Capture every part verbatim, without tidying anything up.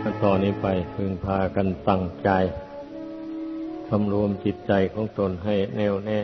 ต่อนนี้ไปพึงพากันตั้งใจสำรวมจิตใจของตนให้แน่วแน่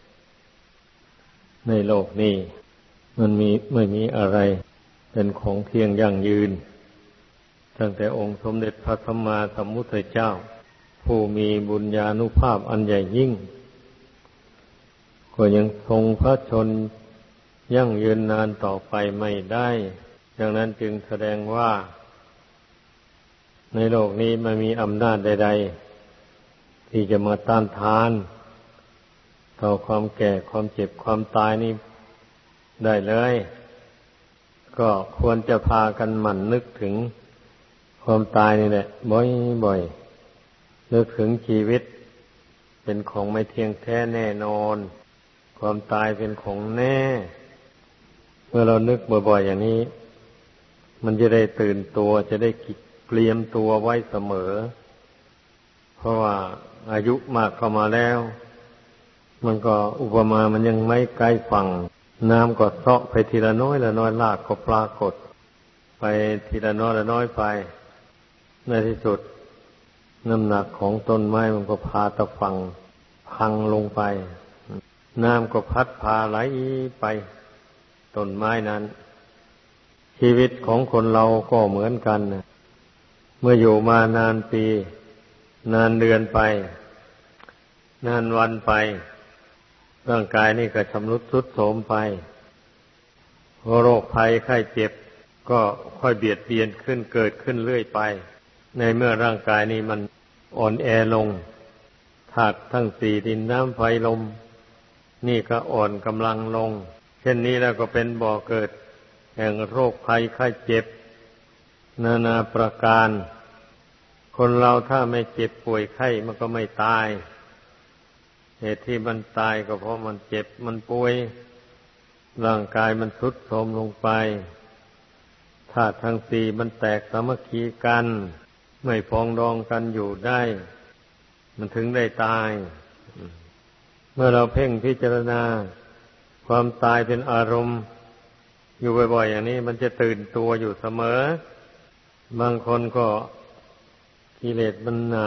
ในโลกนี้มันมีไม่มีอะไรเป็นของเที่ยงยั่งยืนตั้งแต่องค์สมเด็จพระสัมมาสัมพุทธเจ้าผู้มีบุญญานุภาพอันใหญ่ยิ่งก็ยังทรงพระชนยั่งยืนนานต่อไปไม่ได้ดังนั้นจึงแสดงว่าในโลกนี้ไม่มีอำนาจใดๆที่จะมาต้านทานต่อความแก่ความเจ็บความตายนี้ได้เลยก็ควรจะพากันหมั่นนึกถึงความตายนี่แหละบ่อยๆนึกถึงชีวิตเป็นของไม่เที่ยงแท้แน่นอนความตายเป็นของแน่เมื่อเรานึกบ่อยๆอย่างนี้มันจะได้ตื่นตัวจะได้เตรียมตัวไว้เสมอเพราะว่าอายุมากเข้ามาแล้วมันก็อุปมามันยังไม่ใกล้ฝั่งน้ำก็เซาะไปทีละน้อยละน้อยรากก็ปรากฏไปทีละน้อยละน้อยไปในที่สุดน้ำหนักของต้นไม้มันก็พาตะฝั่งพังลงไปน้ำก็พัดพาไหลไปต้นไม้นั้นชีวิตของคนเราก็เหมือนกันเมื่ออยู่มานานปีนานเดือนไปนานวันไปร่างกายนี่ก็ชำรุดทรุดโทรมไปโรคภัยไข้เจ็บก็ค่อยเบียดเบียนขึ้นเกิดขึ้นเรื่อยไปในเมื่อร่างกายนี้มันอ่อนแอลงธาตุทั้งสี่ดินน้ำไฟลมนี่ก็อ่อนกำลังลงเช่นนี้แล้วก็เป็นบ่อเกิดแห่งโรคภัยไข้เจ็บนานาประการคนเราถ้าไม่เจ็บป่วยไข้มันก็ไม่ตายเหตุที่มันตายก็เพราะมันเจ็บมันป่วยร่างกายมันทรุดโทรมลงไปธาตุทั้งสี่มันแตกสามัคคีกันไม่ปองดองกันอยู่ได้มันถึงได้ตายเมื่อเราเพ่งพิจารณาความตายเป็นอารมณ์อยู่บ่อยๆอย่างนี้มันจะตื่นตัวอยู่เสมอบางคนก็กิเลสมันหนา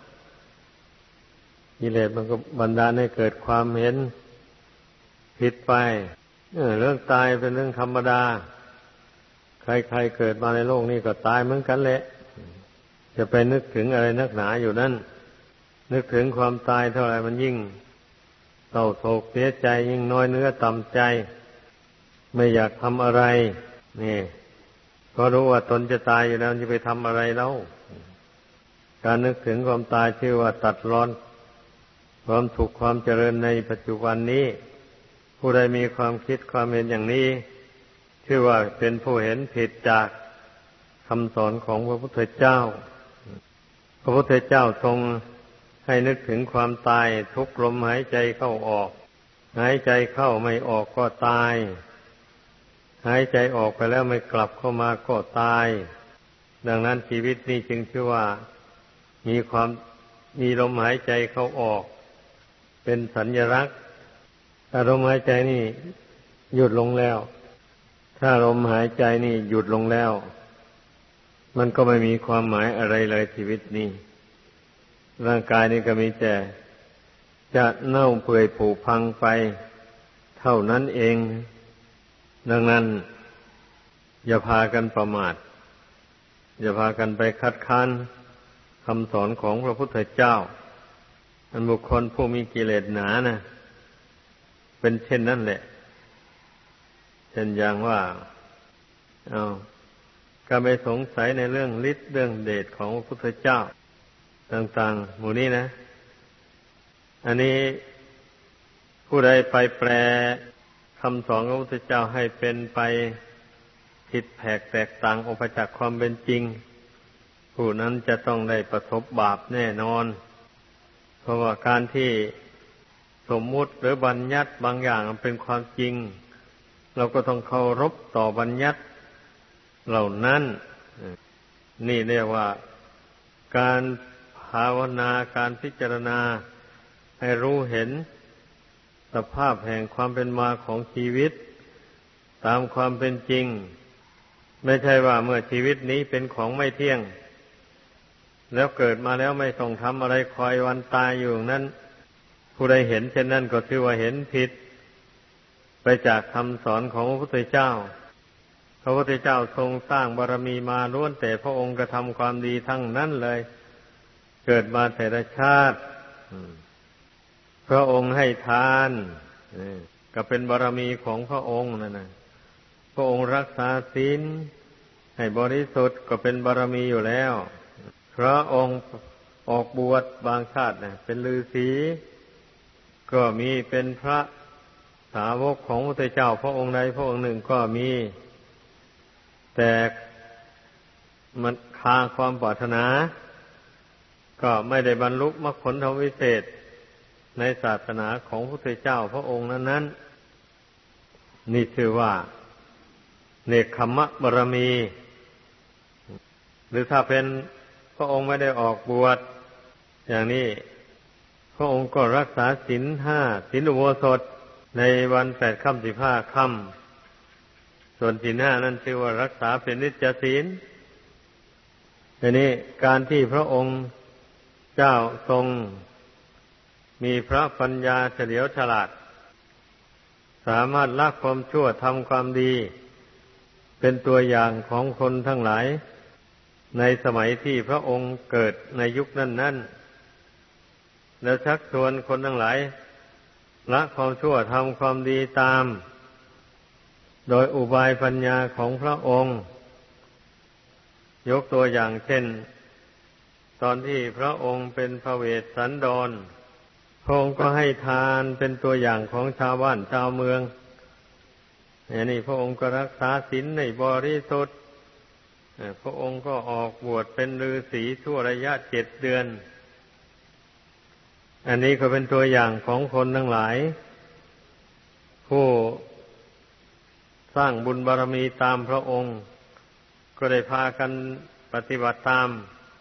กิเลสมันก็บันดาลให้เกิดความเห็นผิดไปเออเรื่องตายเป็นเรื่องธรรมดาใครๆเกิดมาในโลกนี้ก็ตายเหมือนกันแหละจะไปนึกถึงอะไรนักหนาอยู่นั่นนึกถึงความตายเท่าไหร่มันยิ่งเศร้าโศกเสียใจยิ่งน้อยเนื้อต่ำใจไม่อยากทำอะไรนี่ก็รู้ว่าตนจะตายอยู่แล้วจะไปทำอะไรแล้วการนึกถึงความตายชื่อว่าตัดรอนความสุขความเจริญในปัจจุบันนี้ผู้ใดมีความคิดความเห็นอย่างนี้ชื่อว่าเป็นผู้เห็นผิดจากคำสอนของพระพุทธเจ้าพระพุทธเจ้าทรงให้นึกถึงความตายทุกลมหายใจเข้าออกหายใจเข้าไม่ออกก็ตายหายใจออกไปแล้วไม่กลับเข้ามาก็ตายดังนั้นชีวิตนี้จึงชื่อว่ามีความมีลมหายใจเข้าออกเป็นสัญลักษณ์ถ้าลมหายใจนี่หยุดลงแล้วถ้าลมหายใจนี่หยุดลงแล้วมันก็ไม่มีความหมายอะไรเลยชีวิตนี้ร่างกายนี่ก็มีแต่จะเน่าเปื่อยผุพังไปเท่านั้นเองดังนั้นอย่าพากันประมาทอย่าพากันไปคัดค้านคำสอนของพระพุทธเจ้าอันบุคคลผู้มีกิเลสหนานะเป็นเช่นนั้นแหละเช่นอย่างว่าเอาก็ไม่สงสัยในเรื่องฤทธิ์เรื่องเดชของพระพุทธเจ้าต่างๆหมู่นี้นะอันนี้ผู้ใดไปแปลคำสอนของพระพุทธเจ้าให้เป็นไปผิดแผกแตกต่างออกไปจากความเป็นจริงผู้นั้นจะต้องได้ประสบบาปแน่นอนเพราะว่าการที่สมมุติหรือบัญญัติบางอย่างเป็นความจริงเราก็ต้องเคารพต่อบัญญัติเหล่านั้นนี่เรียกว่าการภาวนาการพิจารณาให้รู้เห็นสภาพแห่งความเป็นมาของชีวิตตามความเป็นจริง ไม่ใช่ว่าเมื่อชีวิตนี้เป็นของไม่เที่ยงแล้วเกิดมาแล้วไม่ต้องทำอะไรคอยวันตายอยู่นั้นผู้ใดเห็นเช่นนั้นก็ถือว่าเห็นผิดไปจากคำสอนของพระพุทธเจ้าพระพุทธเจ้าทรงสร้างบารมีมาล้วนแต่พระองค์กระทำความดีทั้งนั้นเลยเกิดมาแต่ละชาติพระองค์ให้ทานก็เป็นบารมีของพระองค์นั่นนะพระองค์รักษาศีลให้บริสุทธิ์ก็เป็นบารมีอยู่แล้วพระองค์ออกบวชบางชาตินะเป็นฤาษีก็มีเป็นพระสาวกของพระพุทธเจ้าพระองค์ใดพระองค์หนึ่งก็มีแต่มันคาความปรารถนาก็ไม่ได้บรรลุมรรคผลธรรมวิเศษในศาสนาของพระพุทธเจ้าพระองค์นั้นๆนี่ชื่อว่าเนกขัมมะบารมี หรือถ้าเป็นพระองค์ไม่ได้ออกบวชอย่างนี้พระองค์ก็รักษาศีลห้าศีลอุโบสถในวันแปดค่ำสิบห้าค่ำส่วนศีลห้านั้นชื่อว่ารักษาเป็นนิจจศีลทีนี้การที่พระองค์เจ้าทรงมีพระปัญญาเฉลียวฉลาดสามารถละความชั่วทำความดีเป็นตัวอย่างของคนทั้งหลายในสมัยที่พระองค์เกิดในยุคนั้นๆแล้วชักชวนคนทั้งหลายละความชั่วทำความดีตามโดยอุบายปัญญาของพระองค์ยกตัวอย่างเช่นตอนที่พระองค์เป็นพระเวสสันดรพระองค์ก็ให้ทานเป็นตัวอย่างของชาวบ้านชาวเมืองอย่างนี้พระองค์ก็รักษาศีลในบริสุทธิ์พระองค์ก็ออกบวชเป็นฤาษีชั่วระยะเจ็ดเดือนอันนี้ก็เป็นตัวอย่างของคนทั้งหลายผู้สร้างบุญบารมีตามพระองค์ก็ได้พากันปฏิบัติตาม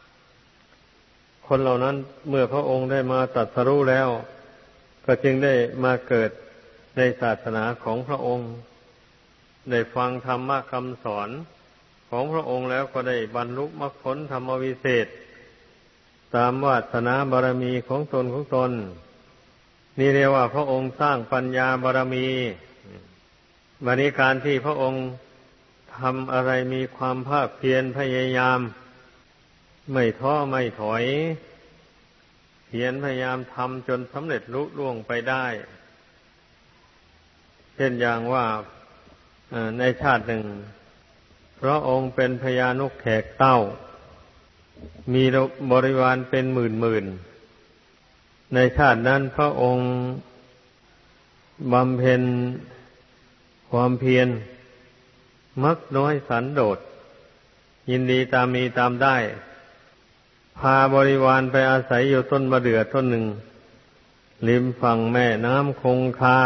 คนเหล่านั้นเมื่อพระองค์ได้มาตรัสรู้แล้วก็จึงได้มาเกิดในศาสนาของพระองค์ได้ฟังธรรมะคำสอนของพระองค์แล้วก็ได้บรรลุมรรคผลธรรมวิเศษตามวาสนาบารมีของตนของตนนี่เรียกว่าพระองค์สร้างปัญญาบารมีบัดนี้การที่พระองค์ทำอะไรมีความภาคเพียรพยายามไม่ท้อไม่ถอยเพียรพยายามทำจนสำเร็จลุล่วงไปได้เช่นอย่างว่าในชาติหนึ่งพระองค์เป็นพญานกแขกเต้ามีบริวารเป็นหมื่นหมื่นในชาตินั้นพระองค์บำเพ็ญความเพียรมักน้อยสันโดษยินดีตามมีตามได้พาบริวารไปอาศัยอยู่ต้นมะเดื่อต้นหนึ่งริมฝั่งแม่น้ำคงคา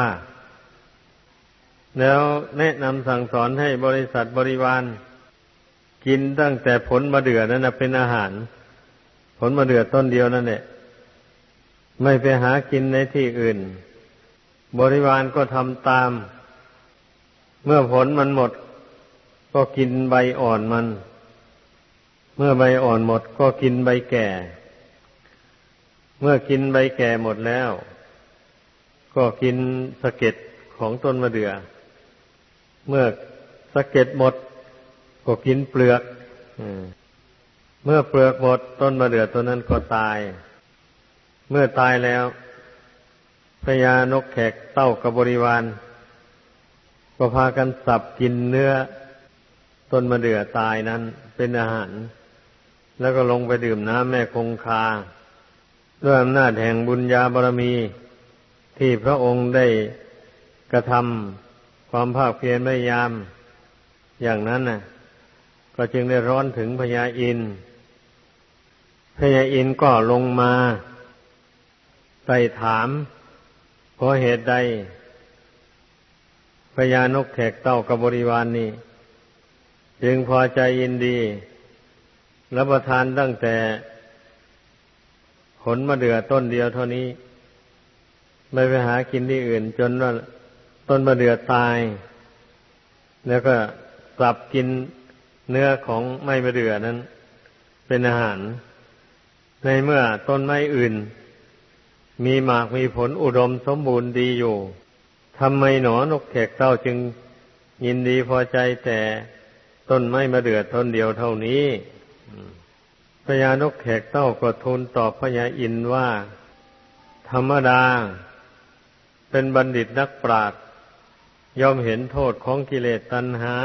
แล้วแนะนำสั่งสอนให้บริษัทบริวารกินตั้งแต่ผลมะเดื่อนั่นนะเป็นอาหารผลมะเดื่อต้นเดียวนั่นแหละไม่ไปหากินในที่อื่นบริวารก็ทำตามเมื่อผลมันหมดก็กินใบอ่อนมันเมื่อใบอ่อนหมดก็กินใบแก่เมื่อกินใบแก่หมดแล้วก็กินสะเก็ดของต้นมะเดื่อเมื่อสะเก็ดหมดก็กินเปลือกเมื่อเปลือกหมดต้นมะเดื่อตัวนั้นก็ตายเมื่อตายแล้วพญานกแขกเต้ากับบริวารก็พากันสับกินเนื้อต้นมะเดื่อตายนั้นเป็นอาหารแล้วก็ลงไปดื่มน้ำแม่คงคาด้วยอำนาจแห่งบุญญาบารมีที่พระองค์ได้กระทำความภาคเพียรพยายามอย่างนั้นน่ะก็จึงได้ร้อนถึงพญาอินทร์พญาอินทร์ก็ลงมาไต่ถามเพราะเหตุใดพญานกแขกเต้ากับบริวารนนี้จึงพอใจยินดีรับประทานตั้งแต่ผลมะเดื่อต้นเดียวเท่านี้ไม่ไปหากินที่อื่นจนว่าต้นมะเดื่อตายแล้วก็สับกินเนื้อของไม้มะเดื่อนั้นเป็นอาหารในเมื่อต้นไม้อื่นมีหมากมีผลอุดมสมบูรณ์ดีอยู่ทำไมหนอนกแขกเต้าจึงยินดีพอใจแต่ต้นไม้มะเดื่อต้นเดียวเท่านี้พญานกแขกเต้าก็ทูลตอบพญาอินทร์ว่าธรรมดาเป็นบัณฑิตนักปราชญ์ย่อมเห็นโทษของกิเลสตัณหา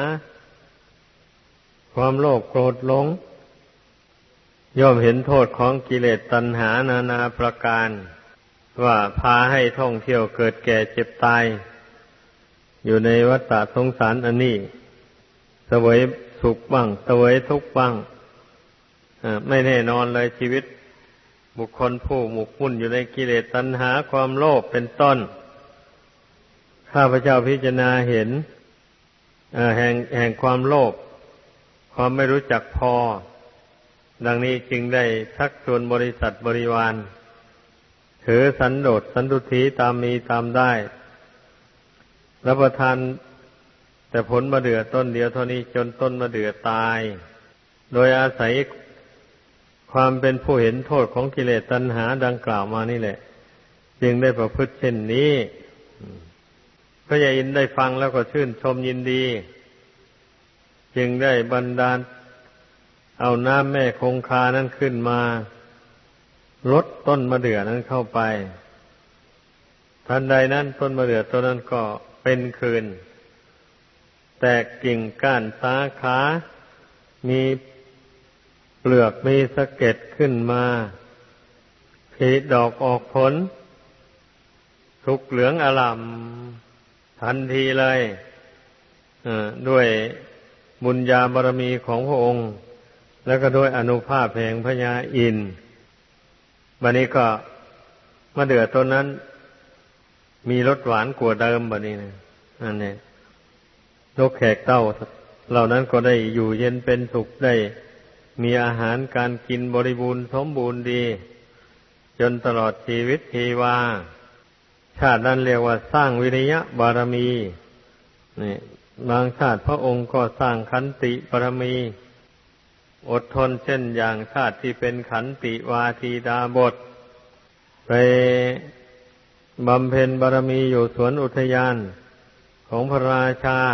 ความโลภโกรธหลงย่อมเห็นโทษของกิเลสตัณหานานาประการว่าพาให้ท่องเที่ยวเกิดแก่เจ็บตายอยู่ในวัฏสงสารอันนี้เสวยสุขบ้างเสวยทุกข์บ้างไม่แน่นอนเลยชีวิตบุคคลผู้หมกมุ่นอยู่ในกิเลสตัณหาความโลภเป็นต้นข้าพเจ้าพิจารณาเห็นแห่งแห่งความโลภความไม่รู้จักพอดังนี้จึงได้ชักชวนบริษัทบริวารถือสันโดษสันตุถีตามมีตามได้รับประทานแต่ผลมะเดื่อต้นเดียวเท่านี้จนต้นมะเดื่อตายโดยอาศัยความเป็นผู้เห็นโทษของกิเลสตัณหาดังกล่าวมานี่แหละจึงได้ประพฤติเช่นนี้พระยาอินทร์ได้ฟังแล้วก็ชื่นชมยินดีจึงได้บันดาลเอาน้ำแม่คงคานั้นขึ้นมาลดต้นมะเดื่อนั้นเข้าไปทันใดนั้นต้นมะเดื่อต้นนั้นก็เป็นคืนแตกกิ่งก้านสาขามีเปลือกมีสะเก็ดขึ้นมาผลิดอกออกผลสุกเหลืองอร่ามทันทีเลยด้วยบุญญาบารมีของพระองค์แล้วก็ด้วยอานุภาพแห่งพญาอินทร์บัดนี้ก็มะเดื่อต้นนั้นมีรสหวานกว่าเดิมบัดนี้นะนั่นเองนกแขกเต้าเหล่านั้นก็ได้อยู่เย็นเป็นสุขได้มีอาหารการกินบริบูรณ์สมบูรณ์ดีจนตลอดชีวิตชีวาชาตินั้นเรียกว่าสร้างวิริยะบารมีนี่บางชาติพระองค์ก็สร้างขันติบารมีอดทนเช่นอย่างชาติที่เป็นขันติวาทีดาบทไปบำเพ็ญบารมีอยู่สวนอุทยานของพระราชา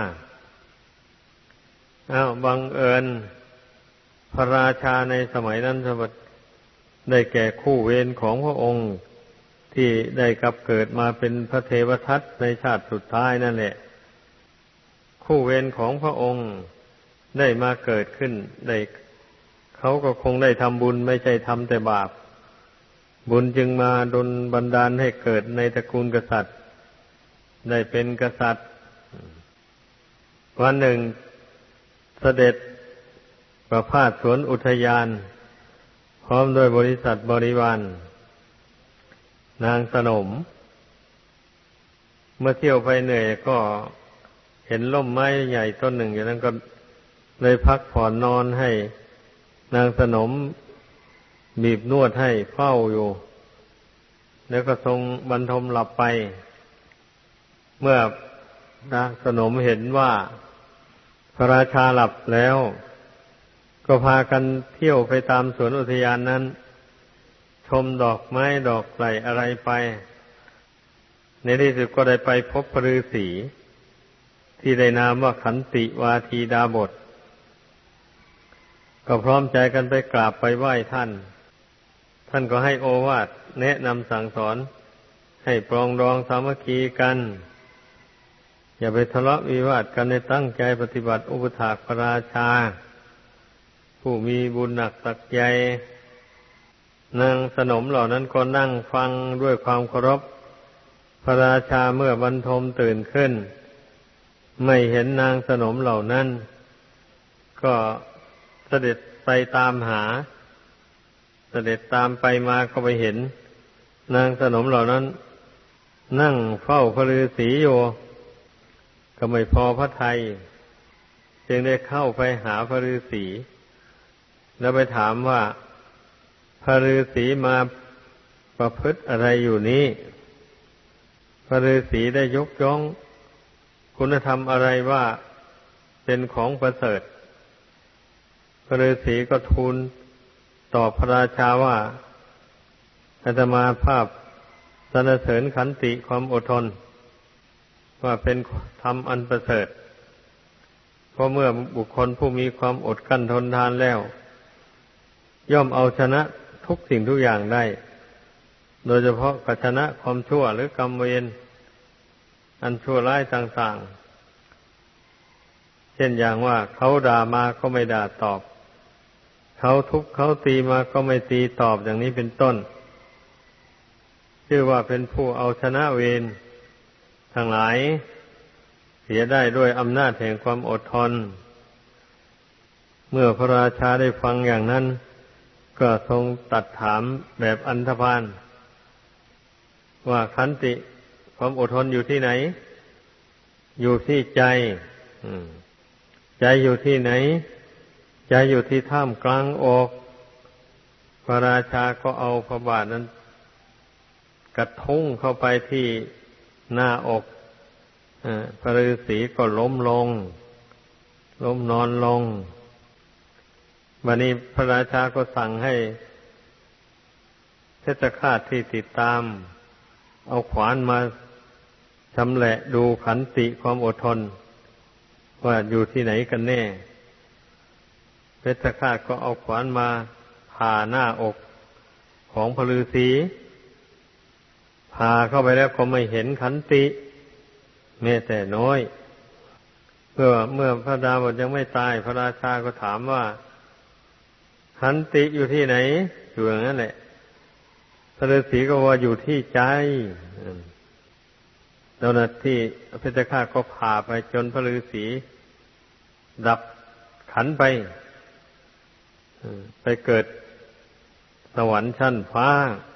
อ้าวบังเอิญพระราชาในสมัยนั้นได้แก่คู่เวรของพระองค์ที่ได้กลับเกิดมาเป็นพระเทวทัตในชาติสุดท้ายนั่นแหละคู่เวรของพระองค์ได้มาเกิดขึ้นได้เขาก็คงได้ทำบุญไม่ใช่ทำแต่บาปบุญจึงมาดลบันดาลให้เกิดในตระกูลกษัตริย์ได้เป็นกษัตริย์วันหนึ่งเสด็จประพาสสวนอุทยานพร้อมด้วยบริษัทบริวารนางสนมเมื่อเที่ยวไปเหนื่อยก็เห็นร่มไม้ใหญ่ต้นหนึ่งอยู่นั้นก็เลยพักผ่อนนอนให้นางสนมบีบนวดให้เฝ้าอยู่แล้วก็ทรงบรรทมหลับไปเมื่อนางสนมเห็นว่าพระราชาหลับแล้วก็พากันเที่ยวไปตามสวนอุทยานนั้นชมดอกไม้ดอกไผ่อะไรไปในที่สุดก็ได้ไปพบพระฤาษีที่ได้นามว่าขันติวาทีดาบทก็พร้อมใจกันไปกราบไปไหว้ท่านท่านก็ให้โอวาทแนะนำสั่งสอนให้ปรองดองสามัคคีกันอย่าไปทะเลาะวิวาทกันในตั้งใจปฏิบัติอุปถากพระราชาผู้มีบุญหนักสักใหญ่นางสนมเหล่านั้นก็นั่งฟังด้วยความเคารพพระราชาเมื่อบรรทมตื่นขึ้นไม่เห็นนางสนมเหล่านั้นก็เสด็จไปตามหาเสด็จตามไปมาก็ไปเห็นนางสนมเหล่านั้นนั่งเฝ้าพระฤาษีอยู่ก็ไม่พอพระทัยจึงได้เข้าไปหาพระฤาษีแล้วไปถามว่าพระฤาษีมาประพฤติอะไรอยู่นี้พระฤาษีได้ยกย่องคุณธรรมอะไรว่าเป็นของประเสริฐพระฤาษีก็ทูลตอบพระราชาว่าอาตมาภาพสรรเสริญขันติความอดทนว่าเป็นธรรมอันประเสริฐเพราะเมื่อบุคคลผู้มีความอดกลั้นทนทานแล้วย่อมเอาชนะทุกสิ่งทุกอย่างได้โดยเฉพาะกัชนะความชั่วหรือกรรมเวรอันชั่วร้ายต่างๆเช่นอย่างว่าเขาด่ามาก็ไม่ด่าตอบเขาทุบเขาตีมาก็ไม่ตีตอบอย่างนี้เป็นต้นชื่อว่าเป็นผู้เอาชนะเวรทั้งหลายเสียได้ด้วยอำนาจแห่งความอดทนเมื่อพระราชาได้ฟังอย่างนั้นก็ทรงตรัสถามแบบอันธพาลว่าขันติความอดทนอยู่ที่ไหนอยู่ที่ใจใจอยู่ที่ไหนใจอยู่ที่ท่ามกลางอกพระราชาก็เอาพระบาทนั้นกระทุ้งเข้าไปที่หน้าอกพระฤาษีก็ล้มลงล้มนอนลงบัดนี้พระราชาก็สั่งให้เพชฌฆาตที่ติดตามเอาขวานมาชำแหละดูขันติความอดทนว่าอยู่ที่ไหนกันแน่เพชฌฆาตก็เอาขวานมาผ่าหน้าอกของพระฤาษีผ่าเข้าไปแล้วก็ไม่เห็นขันติแม้แต่น้อยเมื่อเมื่อพระดาบทยังไม่ตายพระราชาก็ถามว่าขันติอยู่ที่ไหนอยู่อย่างนั้นแหละพระฤาษีก็ว่าอยู่ที่ใจแล้วนะที่เพชฌฆาตก็ผ่าไปจนพระฤาษีดับขันไปไปเกิดสวรรค์ชั้นฟ้า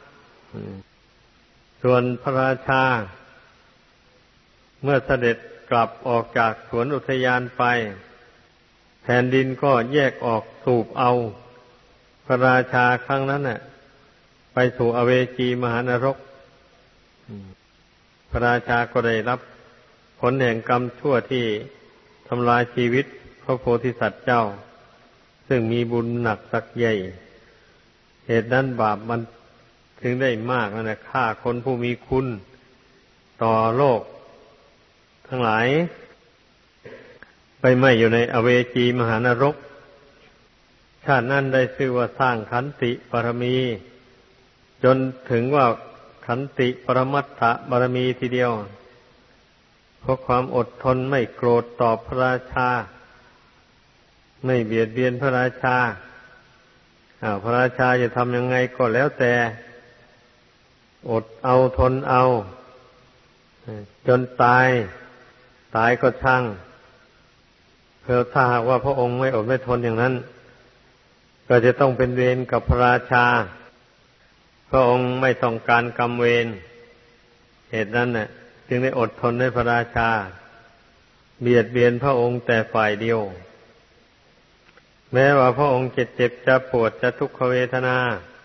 ส่วนพระราชาเมื่อเสด็จกลับออกจากสวนอุทยานไปแผ่นดินก็แยกออกสูบเอาพระราชาครั้งนั้นน่ะไปสู่อเวจีมหานรกพระราชาก็ได้รับผลแห่งกรรมชั่วที่ทำลายชีวิตพระโพธิสัตว์เจ้าซึ่งมีบุญหนักสักใหญ่เหตุนั้นบาปมันถึงได้มากนั่นแหละฆ่าคนผู้มีคุณต่อโลกทั้งหลายไปไม่อยู่ในอเวจีมหานรกชาตินั้นได้ชื่อว่าสร้างขันติบารมีจนถึงว่าขันติปรมัตถบารมีทีเดียวเพราะความอดทนไม่โกรธต่อพระราชาไม่เบียดเบียนพระราชาอ้าวพระราชาจะทำยังไงก็แล้วแต่อดเอาทนเอาจนตายตายก็ช่างเพื่อถ้าหากว่าพระองค์ไม่อดไม่ทนอย่างนั้นก็จะต้องเป็นเวรกับพระราชาพระองค์ไม่ต้องการกรรมเวรเหตุนั้นน่ะจึงได้อดทนในพระราชาเบียดเบียนพระองค์แต่ฝ่ายเดียวแม้ว่าพระองค์เจ็บเจ็บจะปวดจะทุกขเวทนา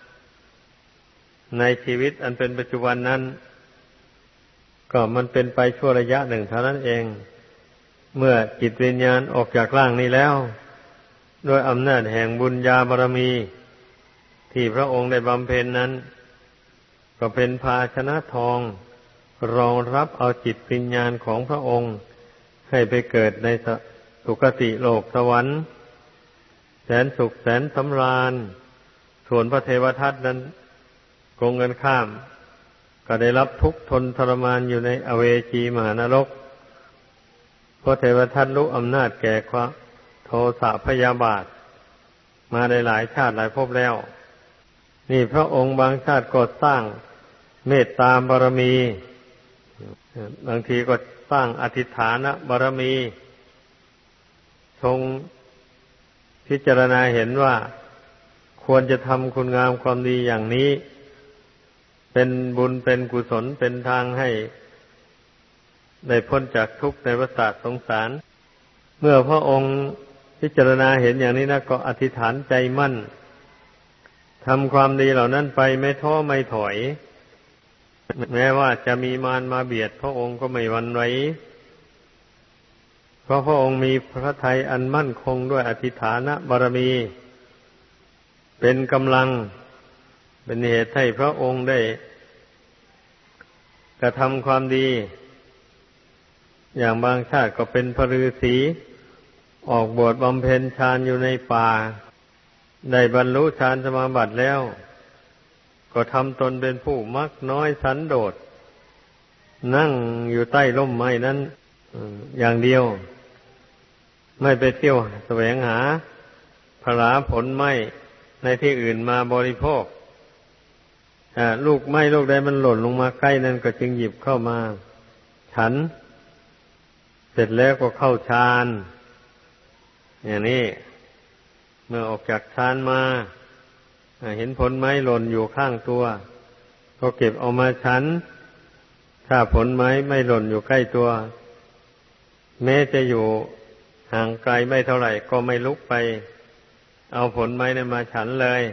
ในชีวิตอันเป็นปัจจุบันนั้นก็มันเป็นไปชั่วระยะหนึ่งเท่านั้นเองเมื่อจิตวิญญาณออกจากร่างนี้แล้วด้วยอำนาจแห่งบุญญาบารมีที่พระองค์ได้บำเพ็ญนั้นก็เป็นภาชนะทองรองรับเอาจิตวิญญาณของพระองค์ให้ไปเกิดในสุคติโลกสวรรค์แสนสุขแสนสำราญส่วนพระเทวทัตนั้นตรงกันข้ามก็ได้รับทุกข์ทนทรมานอยู่ในอเวจีมหานรกเพราะเทวทัตรู้อำนาจแก่ความโทสะพยาบาทมาได้หลายชาติหลายภพแล้วนี่พระองค์บางชาติก็สร้างเมตตาบารมีบางทีก็สร้างอธิษฐานบารมีทรงพิจารณาเห็นว่าควรจะทำคุณงามความดีอย่างนี้เป็นบุญเป็นกุศลเป็นทางให้ได้พ้นจากทุกข์ในวัฏสงสารเมื่อพระองค์พิจารณาเห็นอย่างนี้นะก็อธิษฐานใจมั่นทำความดีเหล่านั้นไปไม่ท้อไม่ถอยแม้ว่าจะมีมารมาเบียดพระองค์ก็ไม่หวั่นไหวเพราะพระองค์มีพระทัยอันมั่นคงด้วยอธิษฐานบารมีเป็นกำลังเป็นเหตุให้พระองค์ได้กระทำความดีอย่างบางชาติก็เป็นพระฤาษีออกบวชบำเพ็ญฌานอยู่ในป่าได้บรรลุฌานสมาบัติแล้วก็ทำตนเป็นผู้มักน้อยสันโดษนั่งอยู่ใต้ร่มไม้นั้นอย่างเดียวไม่ไปเที่ยวแสวงหาผลาผลไม้ในที่อื่นมาบริโภคลูกไม้ลูกใดมันหล่นลงมาใกล้นั้นก็จึงหยิบเข้ามาฉันเสร็จแล้วก็เข้าฌานอย่างนี้เมื่อออกจากฌานมาเห็นผลไม้หล่นอยู่ข้างตัวก็เก็บเอามาฉันถ้าผลไม้ไม่หล่นอยู่ใกล้ตัวแม้จะอยู่ห่างไกลไม่เท่าไหร่ก็ไม่ลุกไปเอาผลไม้นั้นมาฉันเลย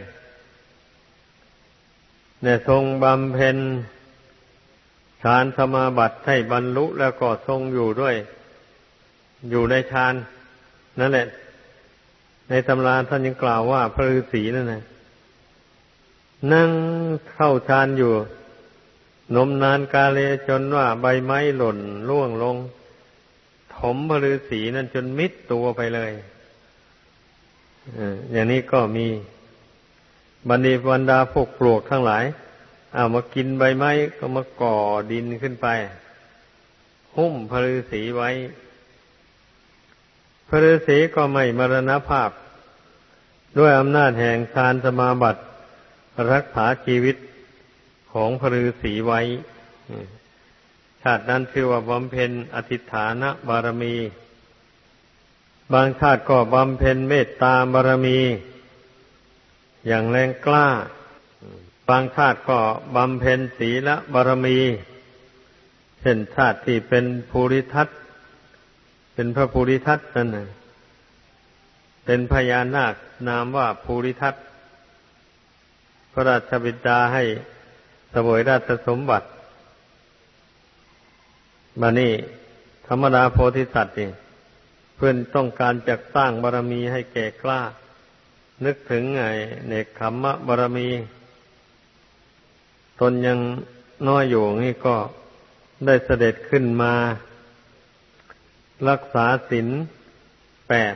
เนี่ยทรงบำเพ็ญฌานสมาบัติให้บรรลุแล้วก็ทรงอยู่ด้วยอยู่ในฌานนั่นแหละในตำราท่านยังกล่าวว่าพระฤาษีนั่นนะนั่งเข้าฌานอยู่นมนานกาเลจนว่าใบไม้หล่นร่วงลงถมพระฤาษีนั่นจนมิดตัวไปเลยอย่างนี้ก็มีบรรดาบรรดาพวกปลวกทั้งหลายเอามากินใบไม้ก็มาก่อดินขึ้นไปหุ้มพระฤาษีไว้พระฤาษีก็ไม่มรณภาพด้วยอำนาจแห่งฌานสมาบัติรักษาชีวิตของพระฤาษีไว้ชาตินั้นชื่อว่าบำเพ็ญอธิฐานบารมีบางชาติก็บำเพ็ญเมตตาบารมีอย่างแรงกล้าบางชาติก็บำเพ็ญศีลบารมีเช่นชาติที่เป็นภูริทัตเป็นพระภูริทัตนั่นน่ะเป็นพญานาคนามว่าภูริทัตพระราชบิดาให้เสวยราชสมบัติมานี่ธรรมดาโพธิสัตว์นี่เพื่อนต้องการจะสร้างบารมีให้แก่กล้านึกถึงไอ้เนกขัมมะบารมีตนยังน้อยอยู่นี่ก็ได้เสด็จขึ้นมารักษาศีลแปด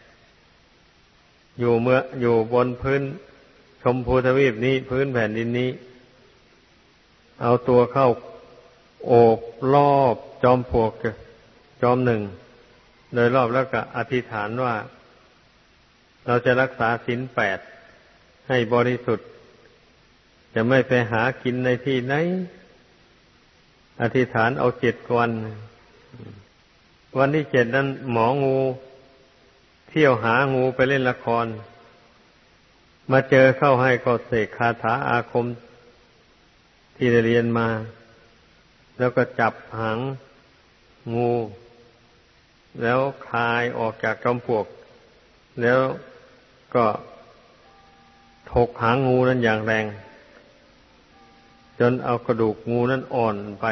อยู่เมื่ออยู่บนพื้นชมพูทวีปนี้พื้นแผ่นดินนี้เอาตัวเข้าโอบรอบจอมปลวกจอมหนึ่งโดยรอบแล้วก็อธิษฐานว่าเราจะรักษาศีลแปดให้บริสุทธิ์จะไม่ไปหากินในที่ไหนอธิษฐานเอาเจ็ดวันวันที่เจ็ดนั้นหมองูเที่ยวหางูไปเล่นละครมาเจอเข้าให้ก็เสกคาถาอาคมที่ได้เรียนมาแล้วก็จับหางงูแล้วคายออกจากจอมปลวกแล้วก็ถกหางงูนั้นอย่างแรงจนเอากระดูกงูนั้นอ่อนไป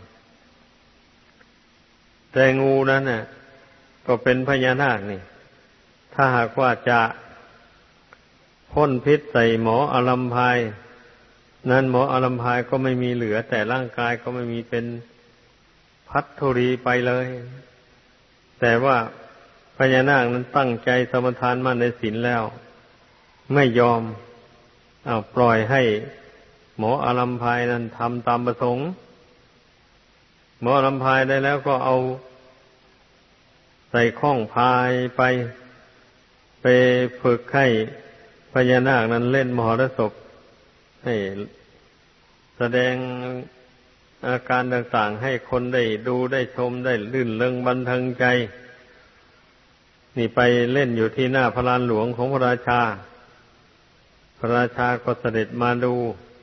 แต่งูนั้นน่ะก็เป็นพญานาคนี่ถ้าหากว่าจะพ่นพิษใส่หมออลัมพายนั้นหมออลัมพายก็ไม่มีเหลือแต่ร่างกายก็ไม่มีเป็นพัทธุรีไปเลยแต่ว่าพญานาคนั้นตั้งใจสมทานมั่นในศีลแล้วไม่ยอมเอาปล่อยให้หมออลัมพายนั้นทำตามประสงค์หมออลัมพายได้แล้วก็เอาใส่ข้องพายไปไปฝึกให้พญานาคนั้นเล่นมหรสพให้แสดงอาการต่างๆให้คนได้ดูได้ชมได้ลื่นเริงบันเทิงใจนี่ไปเล่นอยู่ที่หน้าพระลานหลวงของพระราชาพระราชาก็เสด็จมาดู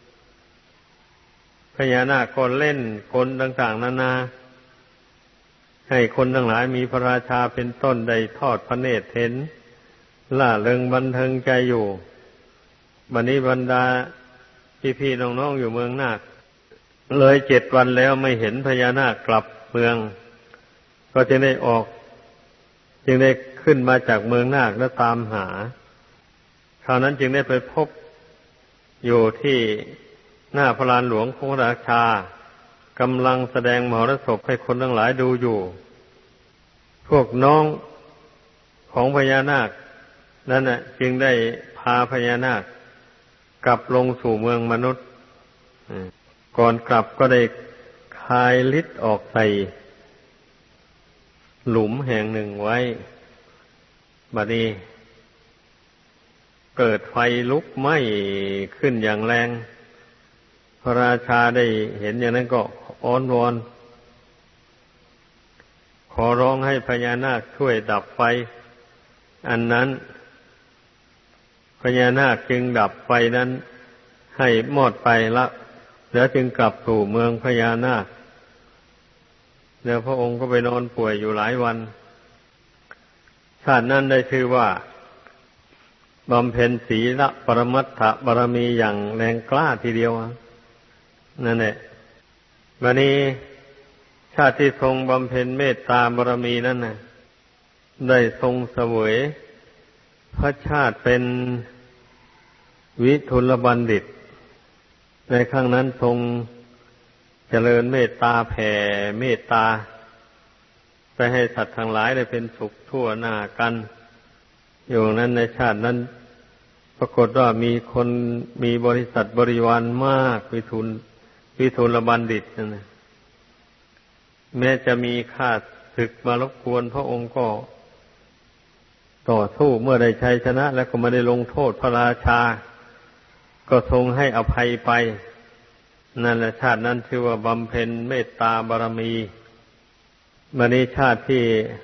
พญานาคก็เล่นคนต่างๆนานาให้คนทั้งหลายมีพระราชาเป็นต้นได้ทอดพระเนตรเห็นล่าเริงบันเทิงใจอยู่บัดนี้บรรดาพี่ๆน้องๆอยู่เมืองนาคเลยเจ็ดวันแล้วไม่เห็นพญานาคกลับเมืองก็จึงได้ออกจึงได้ขึ้นมาจากเมืองนาคแล้วตามหาคราวนั้นจึงได้ไปพบอยู่ที่หน้าพระลานหลวงของพระราชากำลังแสดงมหรสพให้คนทั้งหลายดูอยู่พวกน้องของพญานาคนั่นน่ะจึงได้พาพญานาคกลับลงสู่เมืองมนุษย์ก่อนกลับก็ได้คายฤทธิ์ออกใส่หลุมแห่งหนึ่งไว้บัดนี้เกิดไฟลุกไหม้ขึ้นอย่างแรงพระราชาได้เห็นอย่างนั้นก็อ้อนวอนขอร้องให้พญานาคช่วยดับไฟอันนั้นพญานาคจึงดับไฟนั้นให้หมดไปละแล้วจึงกลับสู่เมืองพญานาคแล้วพระองค์ก็ไปนอนป่วยอยู่หลายวันชาตินั้นได้ชื่อว่าบำเพ็ญศีลปรมัตถบารมีอย่างแรงกล้าทีเดียวนั่นแหละวันนี้ชาติที่ทรงบำเพ็ญเมตตาบารมีนั้นน่ะได้ทรงเสวยพระชาติเป็นวิทุลบัณฑิตในครั้งนั้นทรงเจริญเมตตาแผ่เมตตาไปให้สัตว์ทั้งหลายได้เป็นสุขทั่วหน้ากันอยู่นั้นในชาตินั้นปรากฏว่ามีคนมีบริษัทบริวารมากวิทุลวิทุลบัณฑิตนั่นนะแม้จะมีข้าศึกมารบกวนพระองค์ก็ต่อสู้เมื่อได้ชัยชนะแล้วก็ไม่ได้ลงโทษพระราชาก็ทรงให้อภัยไปนั่นแหละชาตินั้นชื่อว่าบำเพ็ญเมตตาบารมีมณีชาติที่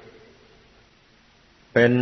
เป็น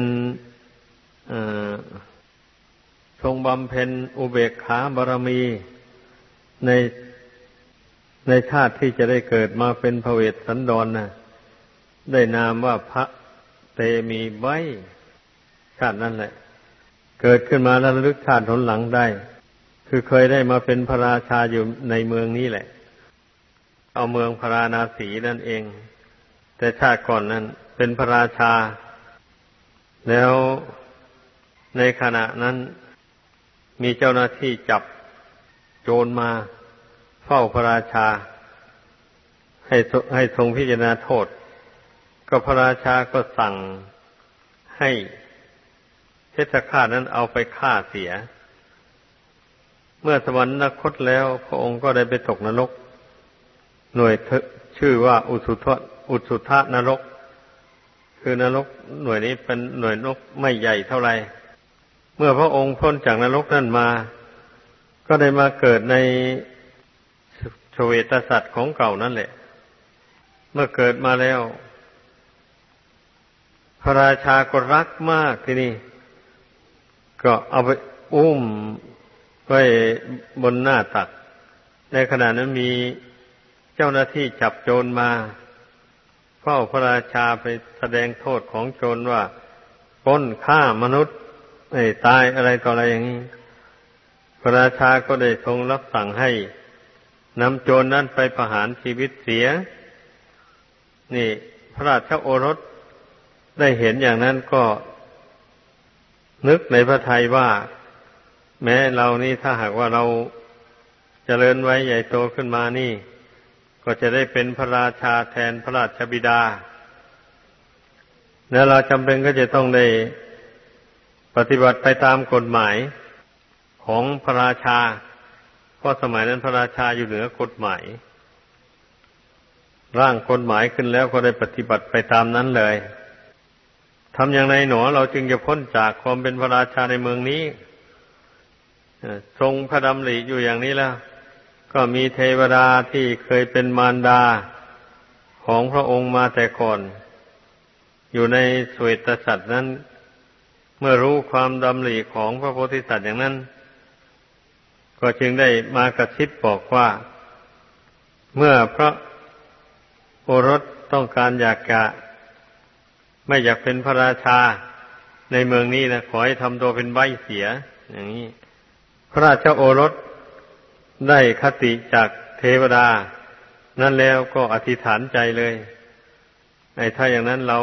ทรงบำเพ็ญอุเบกขาบารมีในในชาติที่จะได้เกิดมาเป็นพระเวสสันดรน่ะได้นามว่าพระเตมีไว้ชาตินั้นแหละเกิดขึ้นมาแล้วระลึกชาติหนหลังได้คือเคยได้มาเป็นพระราชาอยู่ในเมืองนี้แหละเอาเมืองพาราณสีนั่นเองแต่ชาติก่อนนั้นเป็นพระราชาแล้วในขณะนั้นมีเจ้าหน้าที่จับโจรมาเฝ้าพระราชาให้ให้ทรงพิจารณาโทษก็พระราชาก็สั่งให้เพชฌฆาตนั้นเอาไปฆ่าเสียเมื่อสวรรคตแล้วพระองค์ก็ได้ไปตกนรกหน่วยชื่อว่าอุสุทะอุสุทะนรกคือนรกหน่วยนี้เป็นหน่วยนรกไม่ใหญ่เท่าไหร่เมื่อพระองค์พ้นจากนรกนั้นมาก็ได้มาเกิดในชเวตสัตว์ของเก่านั่นแหละเมื่อเกิดมาแล้วพระราชาก็รักมากทีนี้ก็เอาไปอุ้มไว้บนหน้าตักในขณะนั้นมีเจ้าหน้าที่จับโจรมาเฝ้าพระราชาไปแสดงโทษของโจรว่าปล้นฆ่ามนุษย์ให้ตายอะไรต่ออะไรอย่างนี้พระราชาก็ได้ทรงรับสั่งให้นำโจรนั้นไปประหารชีวิตเสียนี่พระราชโอรสได้เห็นอย่างนั้นก็นึกในพระทัยว่าแม้เรานี่ถ้าหากว่าเราเจริญไว้ใหญ่โตขึ้นมานี่ก็จะได้เป็นพระราชาแทนพระราชบิดาแล้วเราจำเป็นก็จะต้องได้ปฏิบัติไปตามกฎหมายของพระราชาเพราะสมัยนั้นพระราชาอยู่เหนือกฎหมายร่างกฎหมายขึ้นแล้วก็ได้ปฏิบัติไปตามนั้นเลยทำอย่างไรหนอเราจึงจะพ้นจากความเป็นพระราชาในเมืองนี้ทรงพระดำริอยู่อย่างนี้แล้วก็มีเทวดาที่เคยเป็นมารดาของพระองค์มาแต่ก่อนอยู่ในสเวตสัตว์นั้นเมื่อรู้ความดำริของพระโพธิสัตว์อย่างนั้นก็จึงได้มากระซิบบอกว่าเมื่อพระโอรสต้องการอยากจะไม่อยากเป็นพระราชาในเมืองนี้นะขอให้ทำตัวเป็นใบ้เสียอย่างนี้พระราชโอรสได้คติจากเทวดานั่นแล้วก็อธิษฐานใจเลยในถ้าอย่างนั้นเรา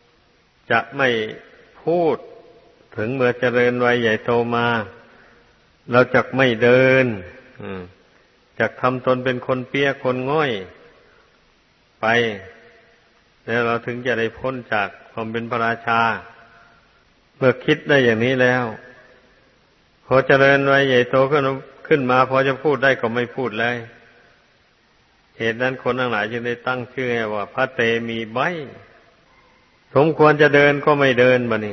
จะไม่พูดถึงเมื่อเจริญวัยใหญ่โตมาเราจักไม่เดินจักทำตนเป็นคนเปี้ยคนง่อยไปแล้วเราถึงจะได้พ้นจากความเป็นพระราชาเมื่อคิดได้อย่างนี้แล้วพอเจริญไว้ใหญ่โตขึ้นขึ้นมาพอจะพูดได้ก็ไม่พูดเลยเหตุนั้นคนทั้งหลายจึงได้ตั้งชื่อให้ว่าพระเตมีใบสมควรจะเดินก็ไม่เดินบัดนี้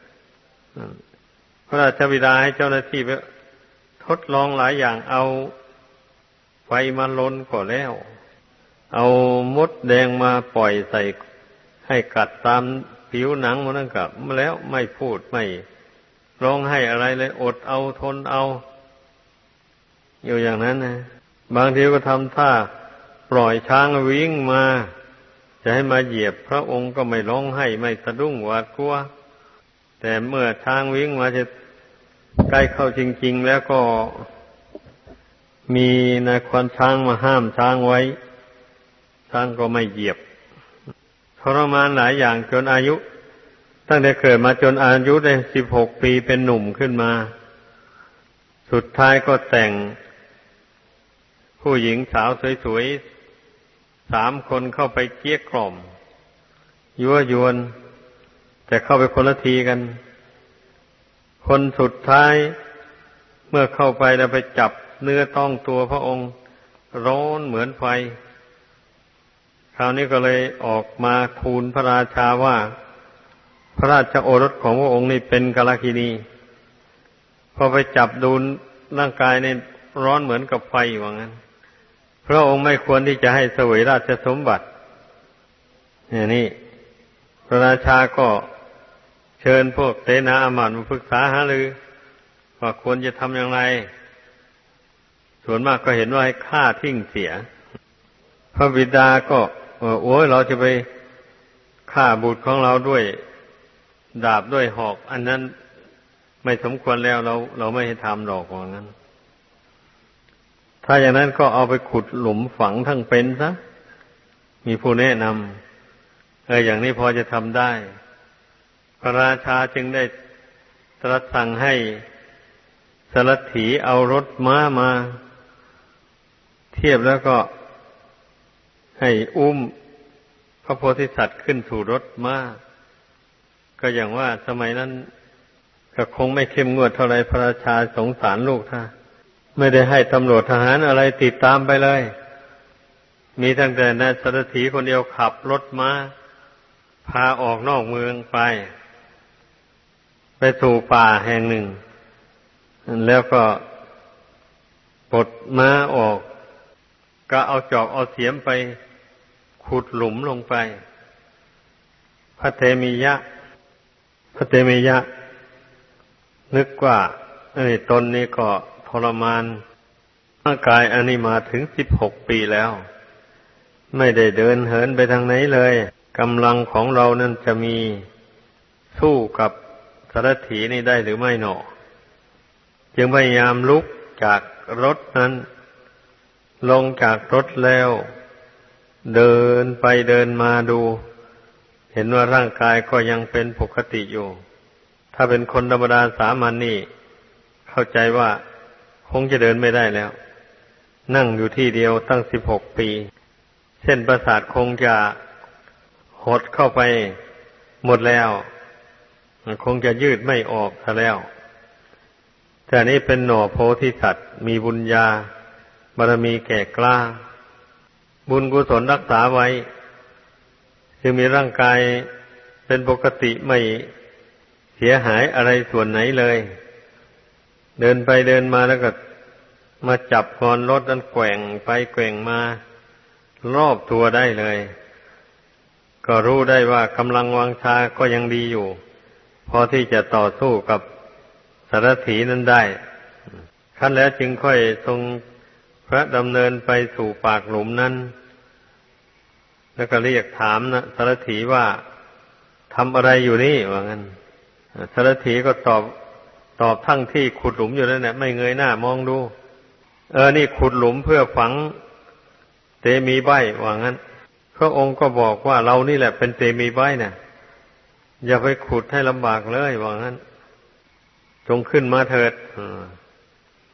พระราชบิดาให้เจ้าหน้าที่ไปทดลองหลายอย่างเอาไฟมาลนก็แล้วเอามดแดงมาปล่อยใส่ให้กัดตามผิวหนังมันนั่นกับมาแล้วไม่พูดไม่ร้องไห้อะไรเลยอดเอาทนเอาอยู่อย่างนั้นนะบางทีก็ทำท่าปล่อยช้างวิ่งมาจะให้มาเหยียบพระองค์ก็ไม่ร้องไห้ไม่สะดุ้งหวาดกลัวแต่เมื่อช้างวิ่งมาจะใกล้เข้าจริงๆแล้วก็มีนายควานช้างมาห้ามช้างไว้ช้างก็ไม่เหยียบทรมานหลายอย่างจนอายุตั้งแต่เกิดมาจนอายุได้สิบหกปีเป็นหนุ่มขึ้นมาสุดท้ายก็แต่งผู้หญิงสาวสวยๆสามคนเข้าไปเกลี้ยกล่อมยั่วยวนแต่เข้าไปคนละทีกันคนสุดท้ายเมื่อเข้าไปแล้วไปจับเนื้อต้องตัวพระองค์ร้อนเหมือนไฟคราวนี้ก็เลยออกมาทูลพระราชาว่าพระราชโอรสของพระองค์นี่เป็นกาลคิณีพอไปจับดูร่างกายนี่ร้อนเหมือนกับไฟว่างั้นพระองค์ไม่ควรที่จะให้เสวยราชสมบัติอย่างนี้พระราชาก็เชิญพวกเสนาอามาตย์มาปรึกษาหารือว่าควรจะทำอย่างไรส่วนมากก็เห็นว่าให้ฆ่าทิ้งเสียพระบิดาก็โอ้ยเราจะไปฆ่าบุตรของเราด้วยดาบด้วยหอกอันนั้นไม่สมควรแล้วเราเราไม่ให้ทำหรอกว่างั้นถ้าอย่างนั้นก็เอาไปขุดหลุมฝังทั้งเป็นซะมีผู้แนะนำเอออย่างนี้พอจะทำได้พระราชาจึงได้ตรัสสั่งให้สารถีเอารถม้ามาเทียบแล้วก็ให้อุ้มพระโพธิสัตว์ขึ้นสู่รถม้าก็อย่างว่าสมัยนั้นก็คงไม่เข้มงวดเท่าไรพระราชาสงสารลูกท่าไม่ได้ให้ตำรวจทหารอะไรติดตามไปเลยมีตั้งแต่นายสารถีคนเดียวขับรถม้าพาออกนอกเมืองไปไปสู่ป่าแห่งหนึ่งแล้วก็ปลดม้าออกก็เอาจอบเอาเสียมไปขุดหลุมลงไปพระเทมียะพระเทมียะนึกว่าไอ้ตนนี้ก็ทรมานร่างกายอันนี้มาถึงสิบหกปีแล้วไม่ได้เดินเหินไปทางไหนเลยกำลังของเรานั้นจะมีสู้กับสารถีนี่ได้หรือไม่หนอจึงพยายามลุกจากรถนั้นลงจากรถแล้วเดินไปเดินมาดูเห็นว่าร่างกายก็ยังเป็นปกติอยู่ถ้าเป็นคนธรรมดาสามัญ น, นี่เข้าใจว่าคงจะเดินไม่ได้แล้วนั่งอยู่ที่เดียวตั้งสิบหกปีเส้นประสาทคงจะหดเข้าไปหมดแล้วคงจะยืดไม่ออกซะแล้วแต่นี้เป็นหน่อโพธิสัตว์มีบุญญาบารมีแก่กล้าบุญกุศลรักษาไว้จึงมีร่างกายเป็นปกติไม่เสียหายอะไรส่วนไหนเลยเดินไปเดินมาแล้วก็มาจับงอนรถนั้นแกว่งไปแกว่งมารอบตัวได้เลยก็รู้ได้ว่ากำลังวังชาก็ยังดีอยู่พอที่จะต่อสู้กับสารถีนั้นได้ขั้นแล้วจึงค่อยทรงพระดำเนินไปสู่ปากหลุมนั้นแล้วก็เรียกถามนะสารถีว่าทำอะไรอยู่นี่ว่างั้นสารถีก็ตอบตอบทั้งที่ขุดหลุมอยู่นั่นแหละไม่เงยหน้ามองดูเออนี่ขุดหลุมเพื่อฝังเตมีใบว่างั้นพระองค์ก็บอกว่าเรานี่แหละเป็นเตมีใบน่ะอย่าไปขุดให้ลำบากเลยว่างั้นจงขึ้นมาเถิด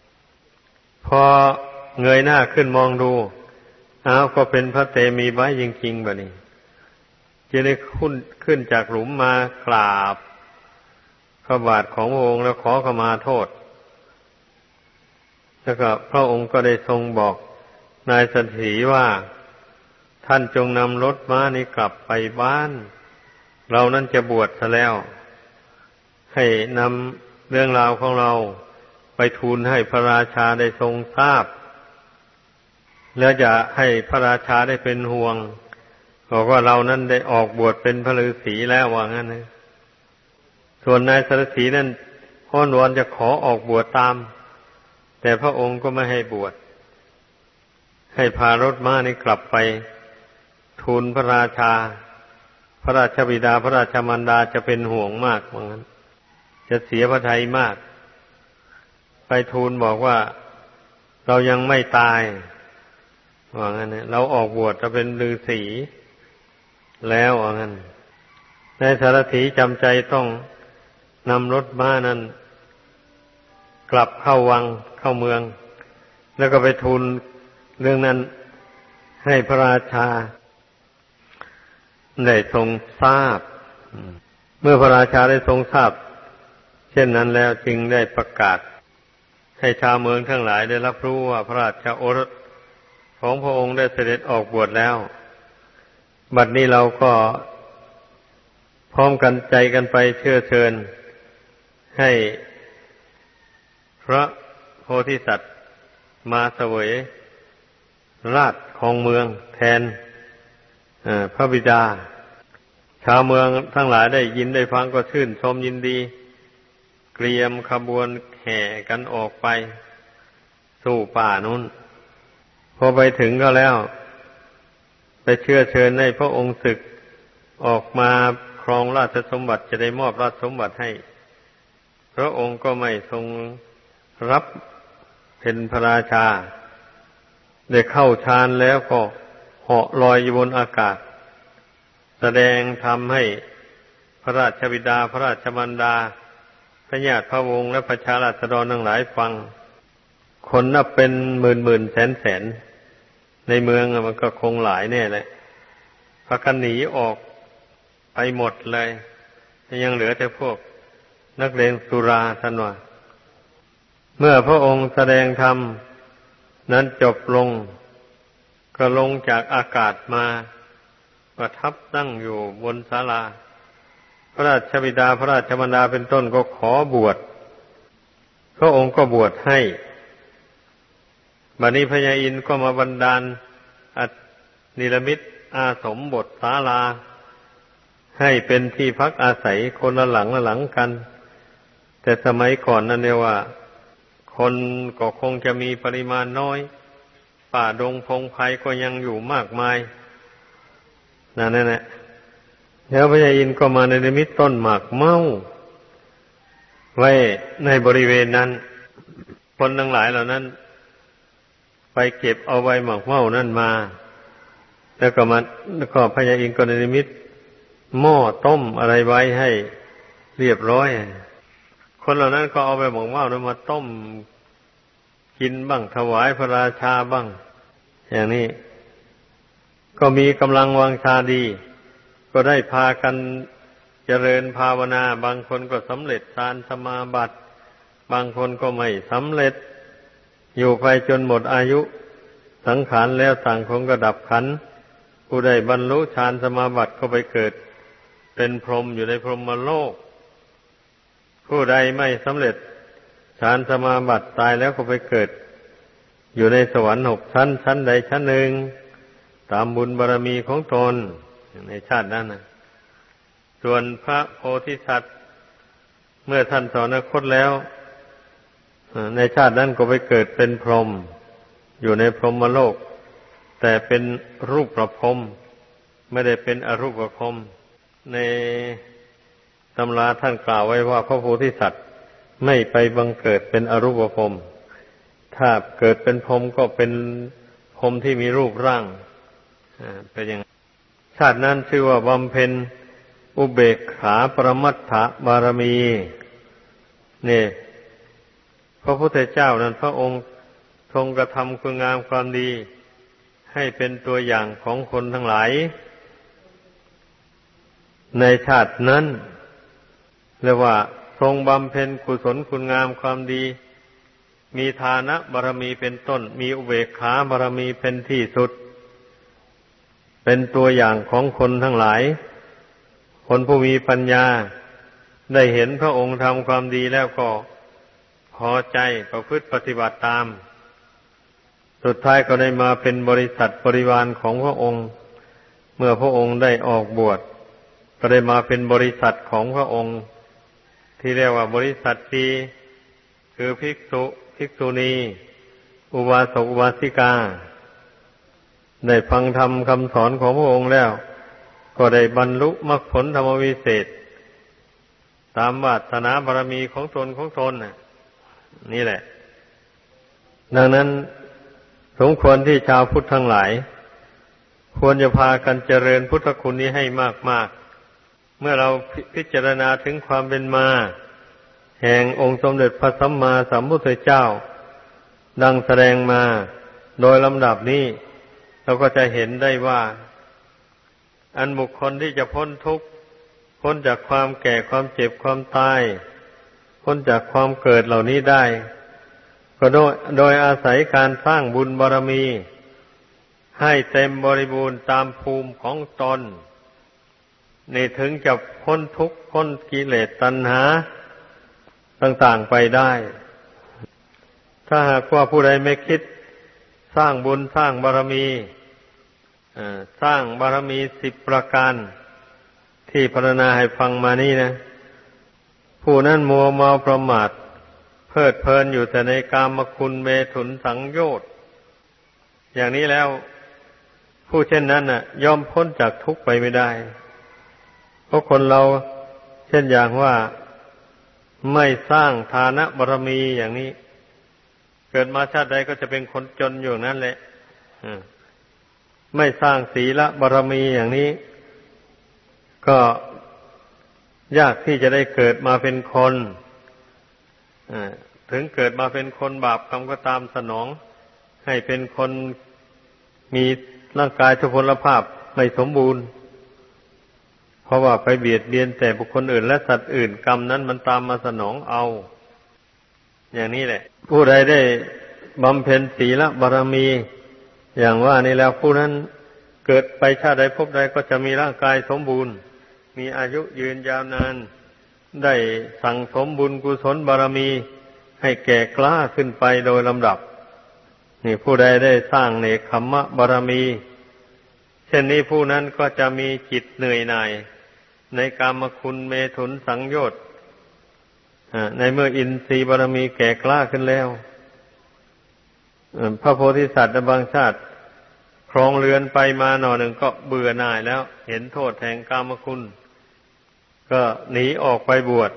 อเงยหน้าขึ้นมองดูอ้าวก็เป็นพระเตมีไว้จริงๆบัดนี้จึงได้ขึ้นขึ้นจากหลุมมากราบพระบาทของพระองค์แล้วขอขมาโทษแล้วก็พระองค์ก็ได้ทรงบอกนายสัตถีว่าท่านจงนำรถม้านี้กลับไปบ้านเรานั้นจะบวชซะแล้วให้นำเรื่องราวของเราไปทูลให้พระราชาได้ทรงทราบแล้วจะให้พระราชาได้เป็นห่วงบอกว่าเรานั้นได้ออกบวชเป็นพระฤาษีแล้วว่างั้นนะส่วนนายสัตถีนั้นอ้อนวอนจะขอออกบวชตามแต่พระองค์ก็ไม่ให้บวชให้พารถม้านี้กลับไปทูลพระราชาพระราชบิดาพระราชมารดาจะเป็นห่วงมากว่างั้นจะเสียพระทัยมากไปทูลบอกว่าเรายังไม่ตายว่างั้นนะเราออกบวชจะเป็นฤาษีแล้วว่างั้นนายสารถีจำใจต้องนำรถม้านั้นกลับเข้าวังเข้าเมืองแล้วก็ไปทูลเรื่องนั้นให้พระราชาได้ทรงทราบเมื่อพระราชาได้ทรงทราบเช่นนั้นแล้วจึงได้ประกาศให้ชาวเมืองทั้งหลายได้รับรู้ว่าพระราชโอรสของพระองค์ได้เสด็จออกบวชแล้วบัดนี้เราก็พร้อมกันใจกันไปเชื้อเชิญให้พระโพธิสัตว์มาเสวยราชของเมืองแทนพระบิดาชาวเมืองทั้งหลายได้ยินได้ฟังก็ชื่นชมยินดีเตรียมขบวนแห่กันออกไปสู่ป่านู้นพอไปถึงก็แล้วไปเชื้อเชิญให้พระองค์ศึกออกมาครองราชสมบัติจะได้มอบราชสมบัติให้พระองค์ก็ไม่ทรงรับเป็นพระราชาได้เข้าฌานแล้วก็เหาะลอยอยู่บนอากาศแสดงทำให้พระราชบิดาพระราชมารดาพระญาติพระวงศ์และประชาราษฎรทั้งหลายฟังคนนับเป็นหมื่นหมื่นแสนแสนในเมืองมันก็คงหลายแน่เลยพากันหนีออกไปหมดเลยยังเหลือแต่พวกนักเลงสุราท่านว่าเมื่อพระองค์แสดงธรรมนั้นจบลงก็ลงจากอากาศมาประทับนั่งอยู่บนศาลาพระราชบิดาพระราชมารดาเป็นต้นก็ขอบวชพระองค์ก็บวชให้บัดนี้พญาอินทร์ก็มาบันดาลนิรมิตอาสมบทศาลาให้เป็นที่พักอาศัยคนละหลังละหลังกันแต่สมัยก่อนนั่นเนี่ยว่าคนก็คงจะมีปริมาณน้อยป่าดงพงไพรก็ยังอยู่มากมายนั่นแหละแล้วพญาอินทร์ก็มาในนิมิตต้นหมากเม่าไว้ในบริเวณนั้นคนทั้งหลายเหล่านั้นไปเก็บเอาใบหมากเม่านั่นมาแล้วก็มาแล้วก็พญาอินทร์ก็ในนิมิตหม้อต้มอะไรไว้ให้เรียบร้อยคนเหล่านั้นก็เอาใบหมากเม่านั้นมาต้มกินบ้างถวายพระราชาบ้างอย่างนี้ก็มีกำลังวังชาดีก็ได้พากันเจริญภาวนาบางคนก็สำเร็จฌานสมาบัติบางคนก็ไม่สำเร็จอยู่ไปจนหมดอายุสังขารแล้วต่างคนก็ดับขันธ์ผู้ใดบรรลุฌานสมาบัติก็ไปเกิดเป็นพรหมอยู่ในพรหมโลกผู้ใดไม่สำเร็จฌานสมาบัติตายแล้วก็ไปเกิดอยู่ในสวรรค์หกชั้นชั้นใดชั้นหนึ่งตามบุญบารมีของตนในชาตินั้นนะส่วนพระโพธิสัตว์เมื่อท่านสอนคตแล้วในชาตินั้นก็ไปเกิดเป็นพรหมอยู่ในพรหมโลกแต่เป็นรูปประพรหมไม่ได้เป็นอรูปประพรหมในตำราท่านกล่าวไว้ว่าพระโพธิสัตว์ไม่ไปบังเกิดเป็นอรูปพรหมถ้าเกิดเป็นพรหมก็เป็นพรหมที่มีรูปร่างเป็นอย่างชาตินั้นชื่อว่าบำเพ็ญอุเบกขาปรมัตถบารมีนี่พระพุทธเจ้านั้นพระองค์ทรงกระทำคุณงามความดีให้เป็นตัวอย่างของคนทั้งหลายในชาตินั้นเรียกว่าทรงบำเพ็ญกุศลคุณงามความดีมีทานะบารมีเป็นต้นมีอุเบกขาบารมีเป็นที่สุดเป็นตัวอย่างของคนทั้งหลายคนผู้มีปัญญาได้เห็นพระองค์ทำความดีแล้วก็พอใจประพฤติปฏิบัติตามสุดท้ายก็ได้มาเป็นบริษัทบริวารของพระองค์เมื่อพระองค์ได้ออกบวชก็ได้มาเป็นบริษัทของพระองค์ที่เรียกว่าบริษัทที่คือภิกษุภิกษุณีอุบาสกอุบาสิกาได้ฟังธรรมคำสอนของพระองค์แล้วก็ได้บรรลุมรรคผลธรรมวิเศษตามวาสนาบารมีของตนของตนน่ะนี่แหละดังนั้นสมควรที่ชาวพุทธทั้งหลายควรจะพากันเจริญพุทธคุณนี้ให้มากๆเมื่อเราพิจารณาถึงความเป็นมาแห่งองค์สมเด็จพระสัมมาสัมพุทธเจ้าดังแสดงมาโดยลำดับนี้เราก็จะเห็นได้ว่าอันบุคคลที่จะพ้นทุกข์พ้นจากความแก่ความเจ็บความตายพ้นจากความเกิดเหล่านี้ได้ก็โดยโดยอาศัยการสร้างบุญบารมีให้เต็มบริบูรณ์ตามภูมิของตนนี่ถึงจะพ้นทุกข์พ้นกิเลสตัณหาต่างๆไปได้ถ้าหากว่าผู้ใดไม่คิดสร้างบุญสร้างบารมีสร้างบารมีสิบประการที่พรรณนาให้ฟังมานี่นะผู้นั้นมัวเมาประมาทเพลิดเพลินอยู่แต่ในกามคุณเมถุนสังโยชน์อย่างนี้แล้วผู้เช่นนั้นน่ะย่อมพ้นจากทุกข์ไปไม่ได้เพราะคนเราเช่นอย่างว่าไม่สร้างฐานะบารมีอย่างนี้เกิดมาชาติใดก็จะเป็นคนจนอยู่นั่นแหละไม่สร้างศีลบารมีอย่างนี้ก็ยากที่จะได้เกิดมาเป็นคนถึงเกิดมาเป็นคนบาปกรรมก็ตามสนองให้เป็นคนมีร่างกายทุพพลภาพไม่สมบูรณ์เพราะว่าไปเบียดเบียนแต่บุคคลอื่นและสัตว์อื่นกรรมนั้นมันตามมาสนองเอาอย่างนี้แหละผู้ใดได้บำเพ็ญศีลบารมีอย่างว่านี่แล้วผู้นั้นเกิดไปชาติใดพบใดก็จะมีร่างกายสมบูรณ์มีอายุยืนยาวนานได้สั่งสมบุญกุศลบารมีให้แก่กล้าขึ้นไปโดยลำดับนี่ผู้ใดได้สร้างเนกขัมมะบารมีเช่นนี้ผู้นั้นก็จะมีจิตเหนื่อยหน่ายในกามคุณเมถุนสังโยชน์ในเมื่ออินทรีย์บารมีแก่กล้าขึ้นแล้วพระโพธิสัตว์ในบางชาติครองเรือนไปมาหน่อหนึ่งก็เบื่อหน่ายแล้วเห็นโทษแห่งกามคุณก็หนีออกไปบวช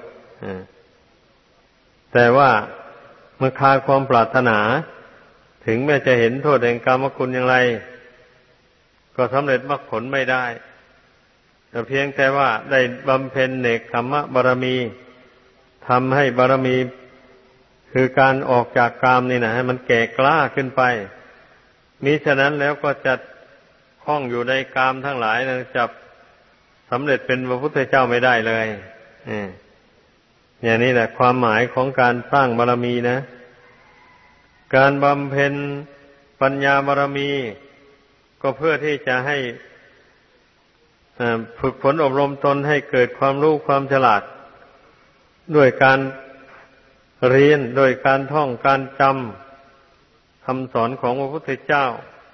แต่ว่าเมื่อคลายความปรารถนาถึงแม้จะเห็นโทษแห่งกามคุณอย่างไรก็สำเร็จมรรคผลไม่ได้แต่เพียงแต่ว่าได้บำเพ็ญเนกขัมมะบารมีทำให้บารมีคือการออกจากกามนี่นะให้มันแก่กล้าขึ้นไปมิฉะนั้นแล้วก็จะคล้องอยู่ในกามทั้งหลายนะจะสำเร็จเป็นพระพุทธเจ้าไม่ได้เลยอย่างนี้แหละความหมายของการสร้างบารมีนะการบำเพ็ญปัญญาบารมีก็เพื่อที่จะให้ฝึกฝนอบรมตนให้เกิดความรู้ความฉลาดด้วยการเรียนโดยการท่องการจำคำสอนของพระพุทธเจ้า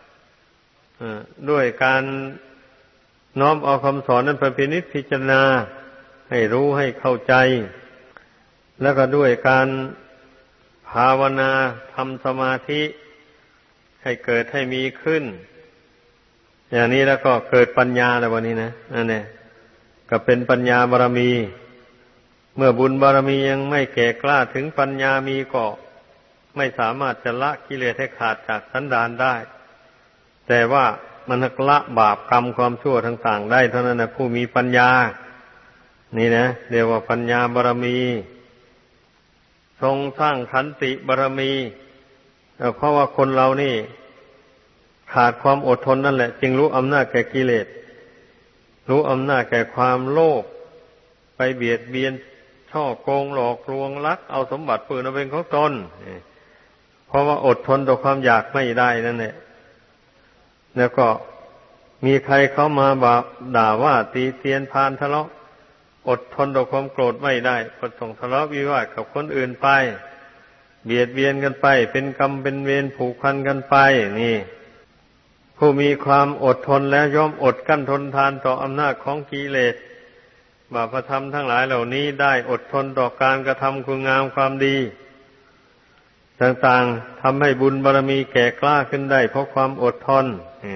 ด้วยการน้อมเอาคำสอนนั้นไปพินิจพิจารณาให้รู้ให้เข้าใจแล้วก็ด้วยการภาวนาทำสมาธิให้เกิดให้มีขึ้นอย่างนี้แล้วก็เกิดปัญญาแล้ววันนี้นะนั่นแหละก็เป็นปัญญาบารมีเมื่อบุญบารมียังไม่แก่กล้าถึงปัญญามีก็ไม่สามารถจะละกิเลสให้ขาดจากสันดานได้แต่ว่ามันละบาปกรรมความชั่วต่างๆได้เท่านั้นนะผู้มีปัญญานี่นะเรียกว่าปัญญาบารมีทรงสร้างขันติบารมีเพราะว่าคนเรานี่ขาดความอดทนนั่นแหละจึงรู้อำนาจแก่กิเลสรู้อำนาจแก่ความโลภไปเบียดเบียนช่อโกงหลอกลวงลักเอาสมบัติปืนเอาเป็นของตนเพราะว่าอดทนต่อความอยากไม่ได้นั่นแหละแล้วก็มีใครเข้ามาด่าว่าตีเตียนพานทะเลาะอดทนต่อความโกรธไม่ได้ก็ต้องทะเลาะวิวาทกับคนอื่นไปเบียดเบียนกันไปเป็นกรรมเป็นเวรผูกพันกันไปนี่ผู้มีความอดทนแล้วย่อมอดกั้นทนทานต่ออำนาจของกิเลสบาปธรรมทั้งหลายเหล่านี้ได้อดทนต่อการกระทำคุณงามความดีต่างๆทำให้บุญบารมีแก่กล้าขึ้นได้เพราะความอดทน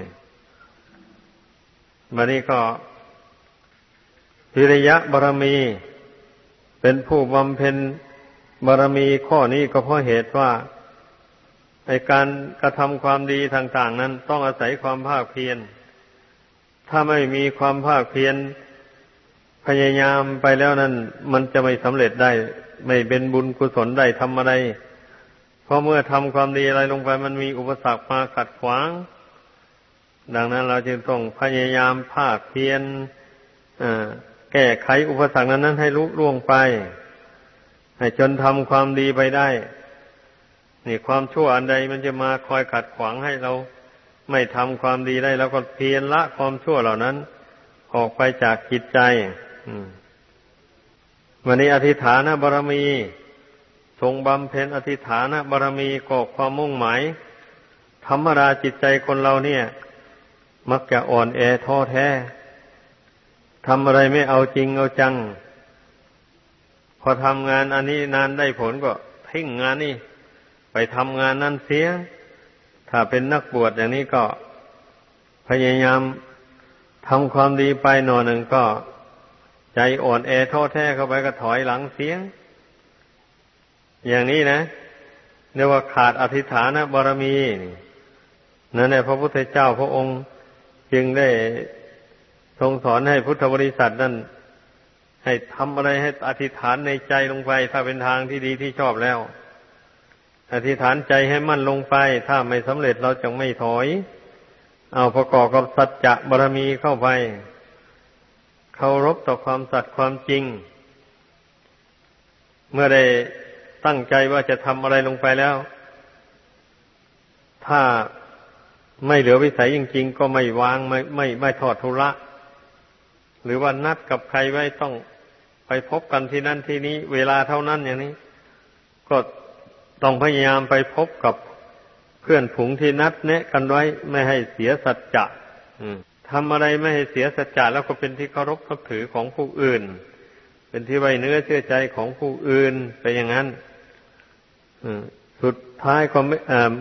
บัดนี้ก็วิริยะบารมีเป็นผู้บำเพ็ญบารมีข้อนี้ก็เพราะเหตุว่าในการกระทำความดีต่างๆนั้นต้องอาศัยความภาคเพียรถ้าไม่มีความภาคเพียรพยายามไปแล้วนั้นมันจะไม่สำเร็จได้ไม่เป็นบุญกุศลได้ทำอะไรเพราะเมื่อทำความดีอะไรลงไปมันมีอุปสรรคมาขัดขวางดังนั้นเราจึงต้องพยายามภาคเพียรแก้ไขอุปสรรคนั้นให้ลุล่วงไปให้จนทำความดีไปได้นี่ความชั่วอันใดมันจะมาคอยขัดขวางให้เราไม่ทำความดีได้แล้วก็เพียรละความชั่วเหล่านั้นออกไปจากจิตใจวันนี้อธิฐานบารมีทรงบำเพ็ญอธิฐานบารมีก็ความมุ่งหมายธรรมดาจิตใจคนเราเนี่ยมักจะอ่อนแอท้อแท้ทำอะไรไม่เอาจริงเอาจังพอทำงานอันนี้นานได้ผลก็ทิ้งงานนี้ไปทำงานนั้นเสียถ้าเป็นนักบวชอย่างนี้ก็พยายามทำความดีไปหน่อยหนึ่งก็ใจอ่อนแอท้อแท้เข้าไปก็ถอยหลังเสียอย่างนี้นะเรียกว่าขาดอธิฐานบารมีนั่นแหละพระพุทธเจ้าพระองค์จึงได้ทรงสอนให้พุทธบริษัทนั้นให้ทำอะไรให้อธิษฐานในใจลงไปถ้าเป็นทางที่ดีที่ชอบแล้วอธิษฐานใจให้มั่นลงไปถ้าไม่สำเร็จเราจะไม่ถอยเอาประกอบกับสัจจะบารมีเข้าไปเคารพต่อความสัตย์ความจริงเมื่อได้ตั้งใจว่าจะทำอะไรลงไปแล้วถ้าไม่เหลือวิสัยจริงๆก็ไม่วางไม่ไม่ไม่ทอดทุระหรือว่านัดกับใครไว้ต้องไปพบกันที่นั่นที่นี้เวลาเท่านั้นอย่างนี้ก็ต้องพยายามไปพบกับเพื่อนฝูงที่นัดแนะกันไว้ไม่ให้เสียสัจจะทำอะไรไม่ให้เสียสัจจะแล้วก็เป็นที่เคารพนับถือของผู้อื่นเป็นที่ไว้เนื้อเชื่อใจของผู้อื่นไปอย่างนั้นสุดท้ายก็ไม่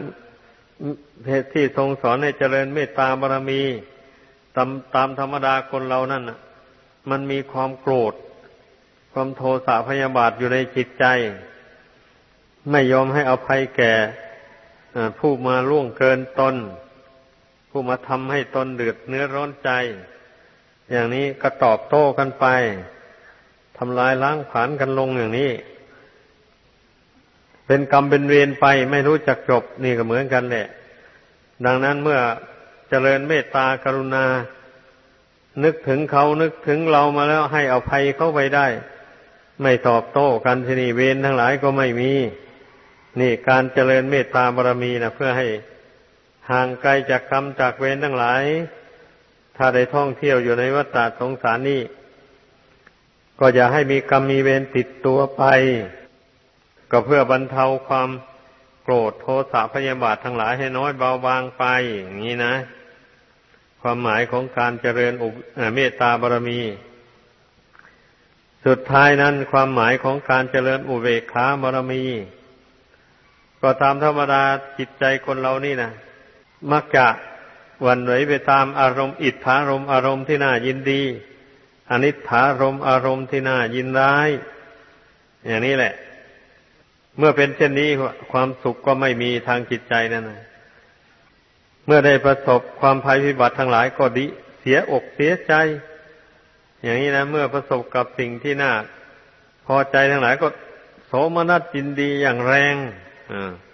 ที่ทรงสอนให้เจริญเมตตาบารมีตามตามธรรมดาคนเรานั่นน่ะมันมีความโกรธความโทสะพยาบาทอยู่ในจิตใจไม่ยอมให้อภัยแก่ผู้มาล่วงเกินตนผู้มาทำให้ตนเดือดเนื้อร้อนใจอย่างนี้ก็ตอบโต้กันไปทำลายล้างผลาญกันลงอย่างนี้เป็นกรรมเป็นเวรไปไม่รู้จักจบนี่ก็เหมือนกันแหละดังนั้นเมื่อเจริญเมตตากรุณานึกถึงเขานึกถึงเรามาแล้วให้อภัยเข้าไปได้ไม่ตอบโต้กันทีนี้เวรทั้งหลายก็ไม่มีนี่การเจริญเมตตาบารมีนะเพื่อให้ห่างไกลจากกรรมจากเวรทั้งหลายถ้าได้ท่องเที่ยวอยู่ในวัฏสงสารนี้ก็อย่าให้มีกรรมมีเวรติดตัวไปก็เพื่อบรรเทาความโกรธโทสะพยาบาททั้งหลายให้น้อยเบาบางไปอย่างนี้นะความหมายของการเจริญเมตตาบารมีสุดท้ายนั้นความหมายของการเจริญอุเบกขาบารมีก็ตามธรรมดาจิตใจคนเรานี่นะมักจะหวั่นไหวไปตามอารมณ์อิทธารมณ์อารมณ์ที่น่ายินดีอนิจฐารมณ์อารมณ์ที่น่ายินร้ายอย่างนี้แหละเมื่อเป็นเช่นนี้ความสุขก็ไม่มีทางจิตใจนั่นนะเมื่อได้ประสบความภัยพิบัติทั้งหลายก็ดิเสียอกเสียใจอย่างนี้นะเมื่อประสบกับสิ่งที่น่าพอใจทั้งหลายก็โสมนัสยินดีอย่างแรง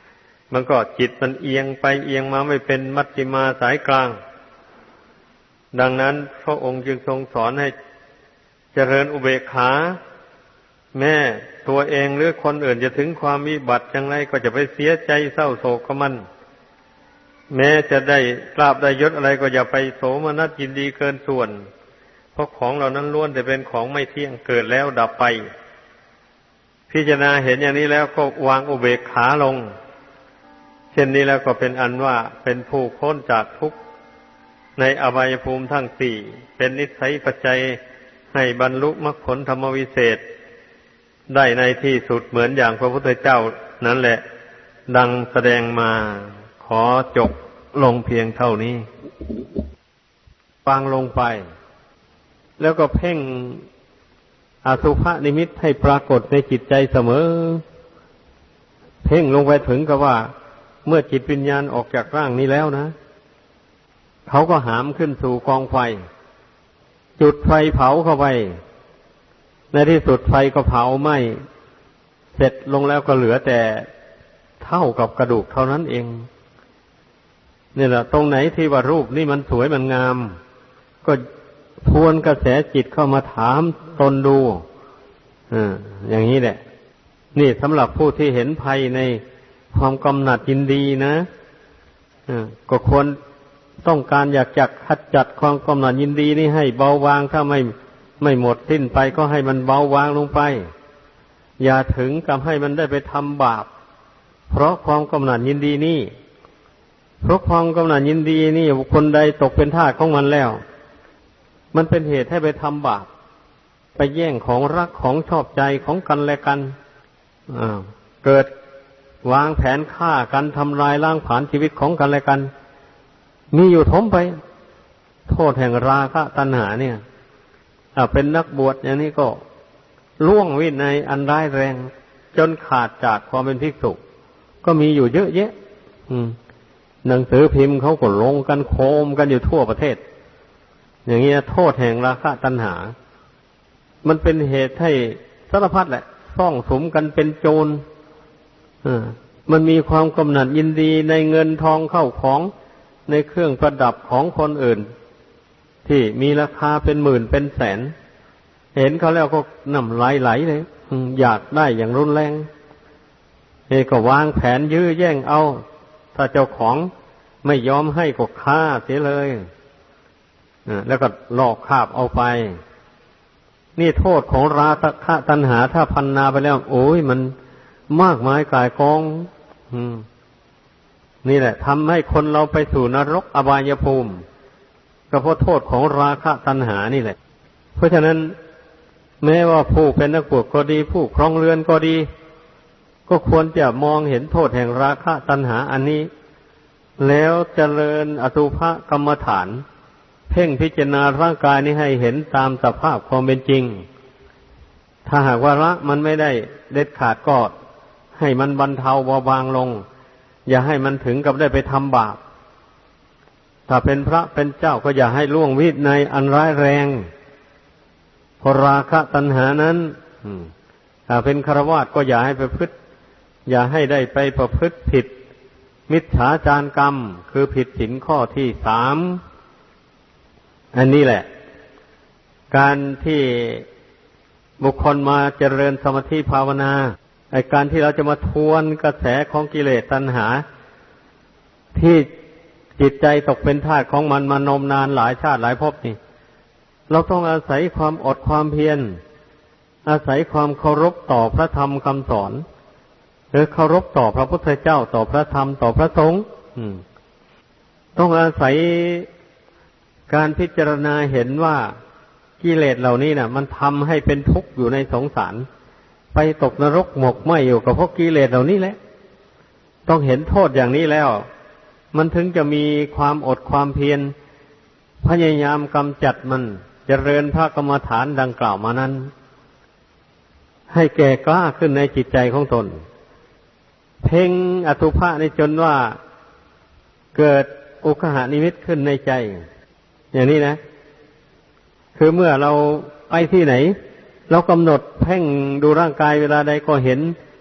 มันก็จิตมันเอียงไปเอียงมาไม่เป็นมัชฌิมาสายกลางดังนั้นพระองค์จึงทรงสอนให้เจริญอุเบกขาแม่ตัวเองหรือคนอื่นจะถึงความวิบัติอย่างไรก็จะไปเสียใจเศร้าโศกกับมันแม้จะได้ลาภได้ยศอะไรก็อย่าไปโสมนัสยินดีเกินส่วนเพราะของเหล่านั้นล้วนแต่เป็นของไม่เที่ยงเกิดแล้วดับไปพิจารณาเห็นอย่างนี้แล้วก็วางอุเบกขาลงเช่นนี้แล้วก็เป็นอันว่าเป็นผู้พ้นจากทุกข์ในอบายภูมิทั้งสี่เป็นนิสัยปัจจัยให้บรรลุมรรคผลธรรมวิเศษได้ในที่สุดเหมือนอย่างพระพุทธเจ้านั่นแหละดังแสดงมาขอจบลงเพียงเท่านี้ฟังลงไปแล้วก็เพ่งอสุภนิมิตให้ปรากฏในจิตใจเสมอเพ่งลงไปถึงกับว่าเมื่อจิตวิญญาณออกจากร่างนี้แล้วนะเขาก็หามขึ้นสู่กองไฟจุดไฟเผาเข้าไปในที่สุดไฟก็เผาไหม้เสร็จลงแล้วก็เหลือแต่เท่ากับกระดูกเท่านั้นเองนี่แหละตรงไหนที่ว่ารูปนี่มันสวยมันงามก็ทวนกระแสจิตเข้ามาถามตนดูอ่าอย่างนี้แหละนี่สำหรับผู้ที่เห็นภัยในความกำหนัดยินดีนะอ่าก็ควรต้องการอยากจักขจัดความกำหนัดยินดีนี่ให้เบาบางถ้าไม่ไม่หมดสิ้นไปก็ให้มันเบาบางลงไปอย่าถึงกับให้มันได้ไปทำบาปเพราะความกำหนัดยินดีนี่เพราะความกำหนัดยินดีนี่บุคคลใดตกเป็นทาสของมันแล้วมันเป็นเหตุให้ไปทำบาปไปแย่งของรักของชอบใจของกันและกันอ่าเกิดวางแผนฆ่ากันทำลายล้างผลาญชีวิตของกันและกันมีอยู่ทมไปโทษแห่งราคะตัณหาเนี่ยถ้าเป็นนักบวชอย่างนี้ก็ล่วงวินัยอันร้ายแรงจนขาดจากความเป็นภิกษุก็มีอยู่เยอะแยะหนังสือพิมพ์เขาก็ลงกันโคมกันอยู่ทั่วประเทศอย่างนี้โทษแห่งราคะตัณหามันเป็นเหตุให้สารพัดแหละซ่องสุมกันเป็นโจรมันมีความกำหนัดยินดีในเงินทองเข้าของในเครื่องประดับของคนอื่นที่มีราคาเป็นหมื่นเป็นแสนเห็นเขาแล้วก็น้ำลายไหลเลยอยากได้อย่างรุนแรงเฮ้ก็วางแผนยื้อแย่งเอาถ้าเจ้าของไม่ยอมให้ก็ฆ่าเสียเลยแล้วก็ลอกคาบเอาไปนี่โทษของราคะตัณหาถ้าพันนาไปแล้วโอ้ยมันมากมายกายกองนี่แหละทำให้คนเราไปสู่นรกอบายภูมิก็เพราะโทษของราคะตัณหานี่แหละเพราะฉะนั้นแม้ว่าผู้เป็นนักบวชก็ดีผู้ครองเรือนก็ดีก็ควรจะมองเห็นโทษแห่งราคะตัณหาอันนี้แล้วเจริญอสุภกรรมฐานเพ่งพิจารณาร่างกายนี้ให้เห็นตามสภาพความเป็นจริงถ้าหากว่าละมันไม่ได้เด็ดขาดก็ให้มันบรรเทาเบาบางลงอย่าให้มันถึงกับได้ไปทำบาปถ้าเป็นพระเป็นเจ้าก็อย่าให้ล่วงวินัยอันร้ายแรงเพราะราคะตัณหานั้นถ้าเป็นฆราวาสก็อย่าให้ไปพฤติอย่าให้ได้ไปประพฤติผิดมิจฉาจารกรรมคือผิดศีลข้อที่สามอันนี้แหละการที่บุคคลมาเจริญสมาธิภาวนาไอ้การที่เราจะมาทวนกระแสของกิเลสตัณหาที่จิตใจตกเป็นทาสของมันมานมนานหลายชาติหลายภพนี่เราต้องอาศัยความอดความเพียรอาศัยความเคารพต่อพระธรรมคำสอนหรือเคารพต่อพระพุทธเจ้าต่อพระธรรมต่อพระสงฆ์ต้องอาศัยการพิจารณาเห็นว่ากิเลสเหล่านี้น่ะมันทำให้เป็นทุกข์อยู่ในสงสารไปตกนรกหมกไหม้อยู่กับพวกกิเลสเหล่านี้แหละต้องเห็นโทษอย่างนี้แล้วมันถึงจะมีความอดความเพียรพยายามกำจัดมันเจริญพระกรรมฐานดังกล่าวมานั้นให้แก่กล้าขึ้นในจิตใจของตนเพ่งอสุภะในจนว่าเกิดอุคหานิมิตขึ้นในใจอย่างนี้นะคือเมื่อเราไปที่ไหนเรากำหนดเพ่งดูร่างกายเวลาใดก็เห็น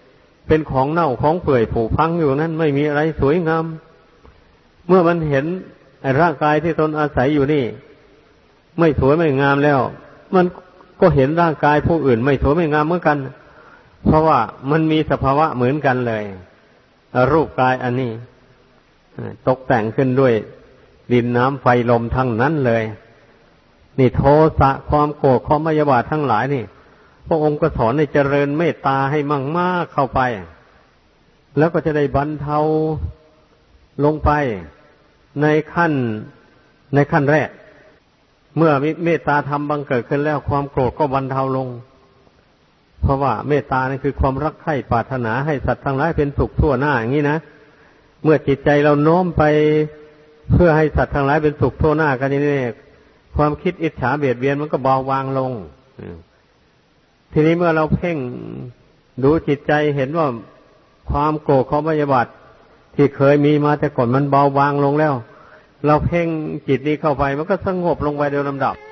เป็นของเน่าของเปื่อยผุพังอยู่นั้นไม่มีอะไรสวยงามเมื่อมันเห็นไอ้ร่างกายที่ตนอาศัยอยู่นี่ไม่สวยไม่งามแล้วมันก็เห็นร่างกายผู้อื่นไม่สวยไม่งามเหมือนกันเพราะว่ามันมีสภาวะเหมือนกันเลยรูปกายอันนี้ตกแต่งขึ้นด้วยดินน้ำไฟลมทั้งนั้นเลยนี่โทสะความโกรธความพยาบาททั้งหลายนี่พระองค์ก็สอนให้เจริญเมตตาให้มั่งมากเข้าไปแล้วก็จะได้บรรเทาลงไปในขั้นในขั้นแรกเมื่อเมตตาธรรมบังเกิดขึ้นแล้วความโกรธก็บรรเทาลงเพราะว่าเมตตานี่คือความรักใคร่ปรารถนาให้สัตว์ทั้งหลายเป็นสุขทั่วหน้าอย่างนี้นะเมื่อจิตใจเราโน้มไปเพื่อให้สัตว์ทั้งหลายเป็นสุขทั่วหน้ากันอย่างนี้ความคิดอิจฉาเบียดเบียนมันก็เบาบางลงทีนี้เมื่อเราเพ่งดูจิตใจเห็นว่าความโกรธความพยาบาทที่เคยมีมาแต่ก่อนมันเบาบางลงแล้วเราเพ่งจิตนี้เข้าไปมันก็สงบลงไปโดยลำดับ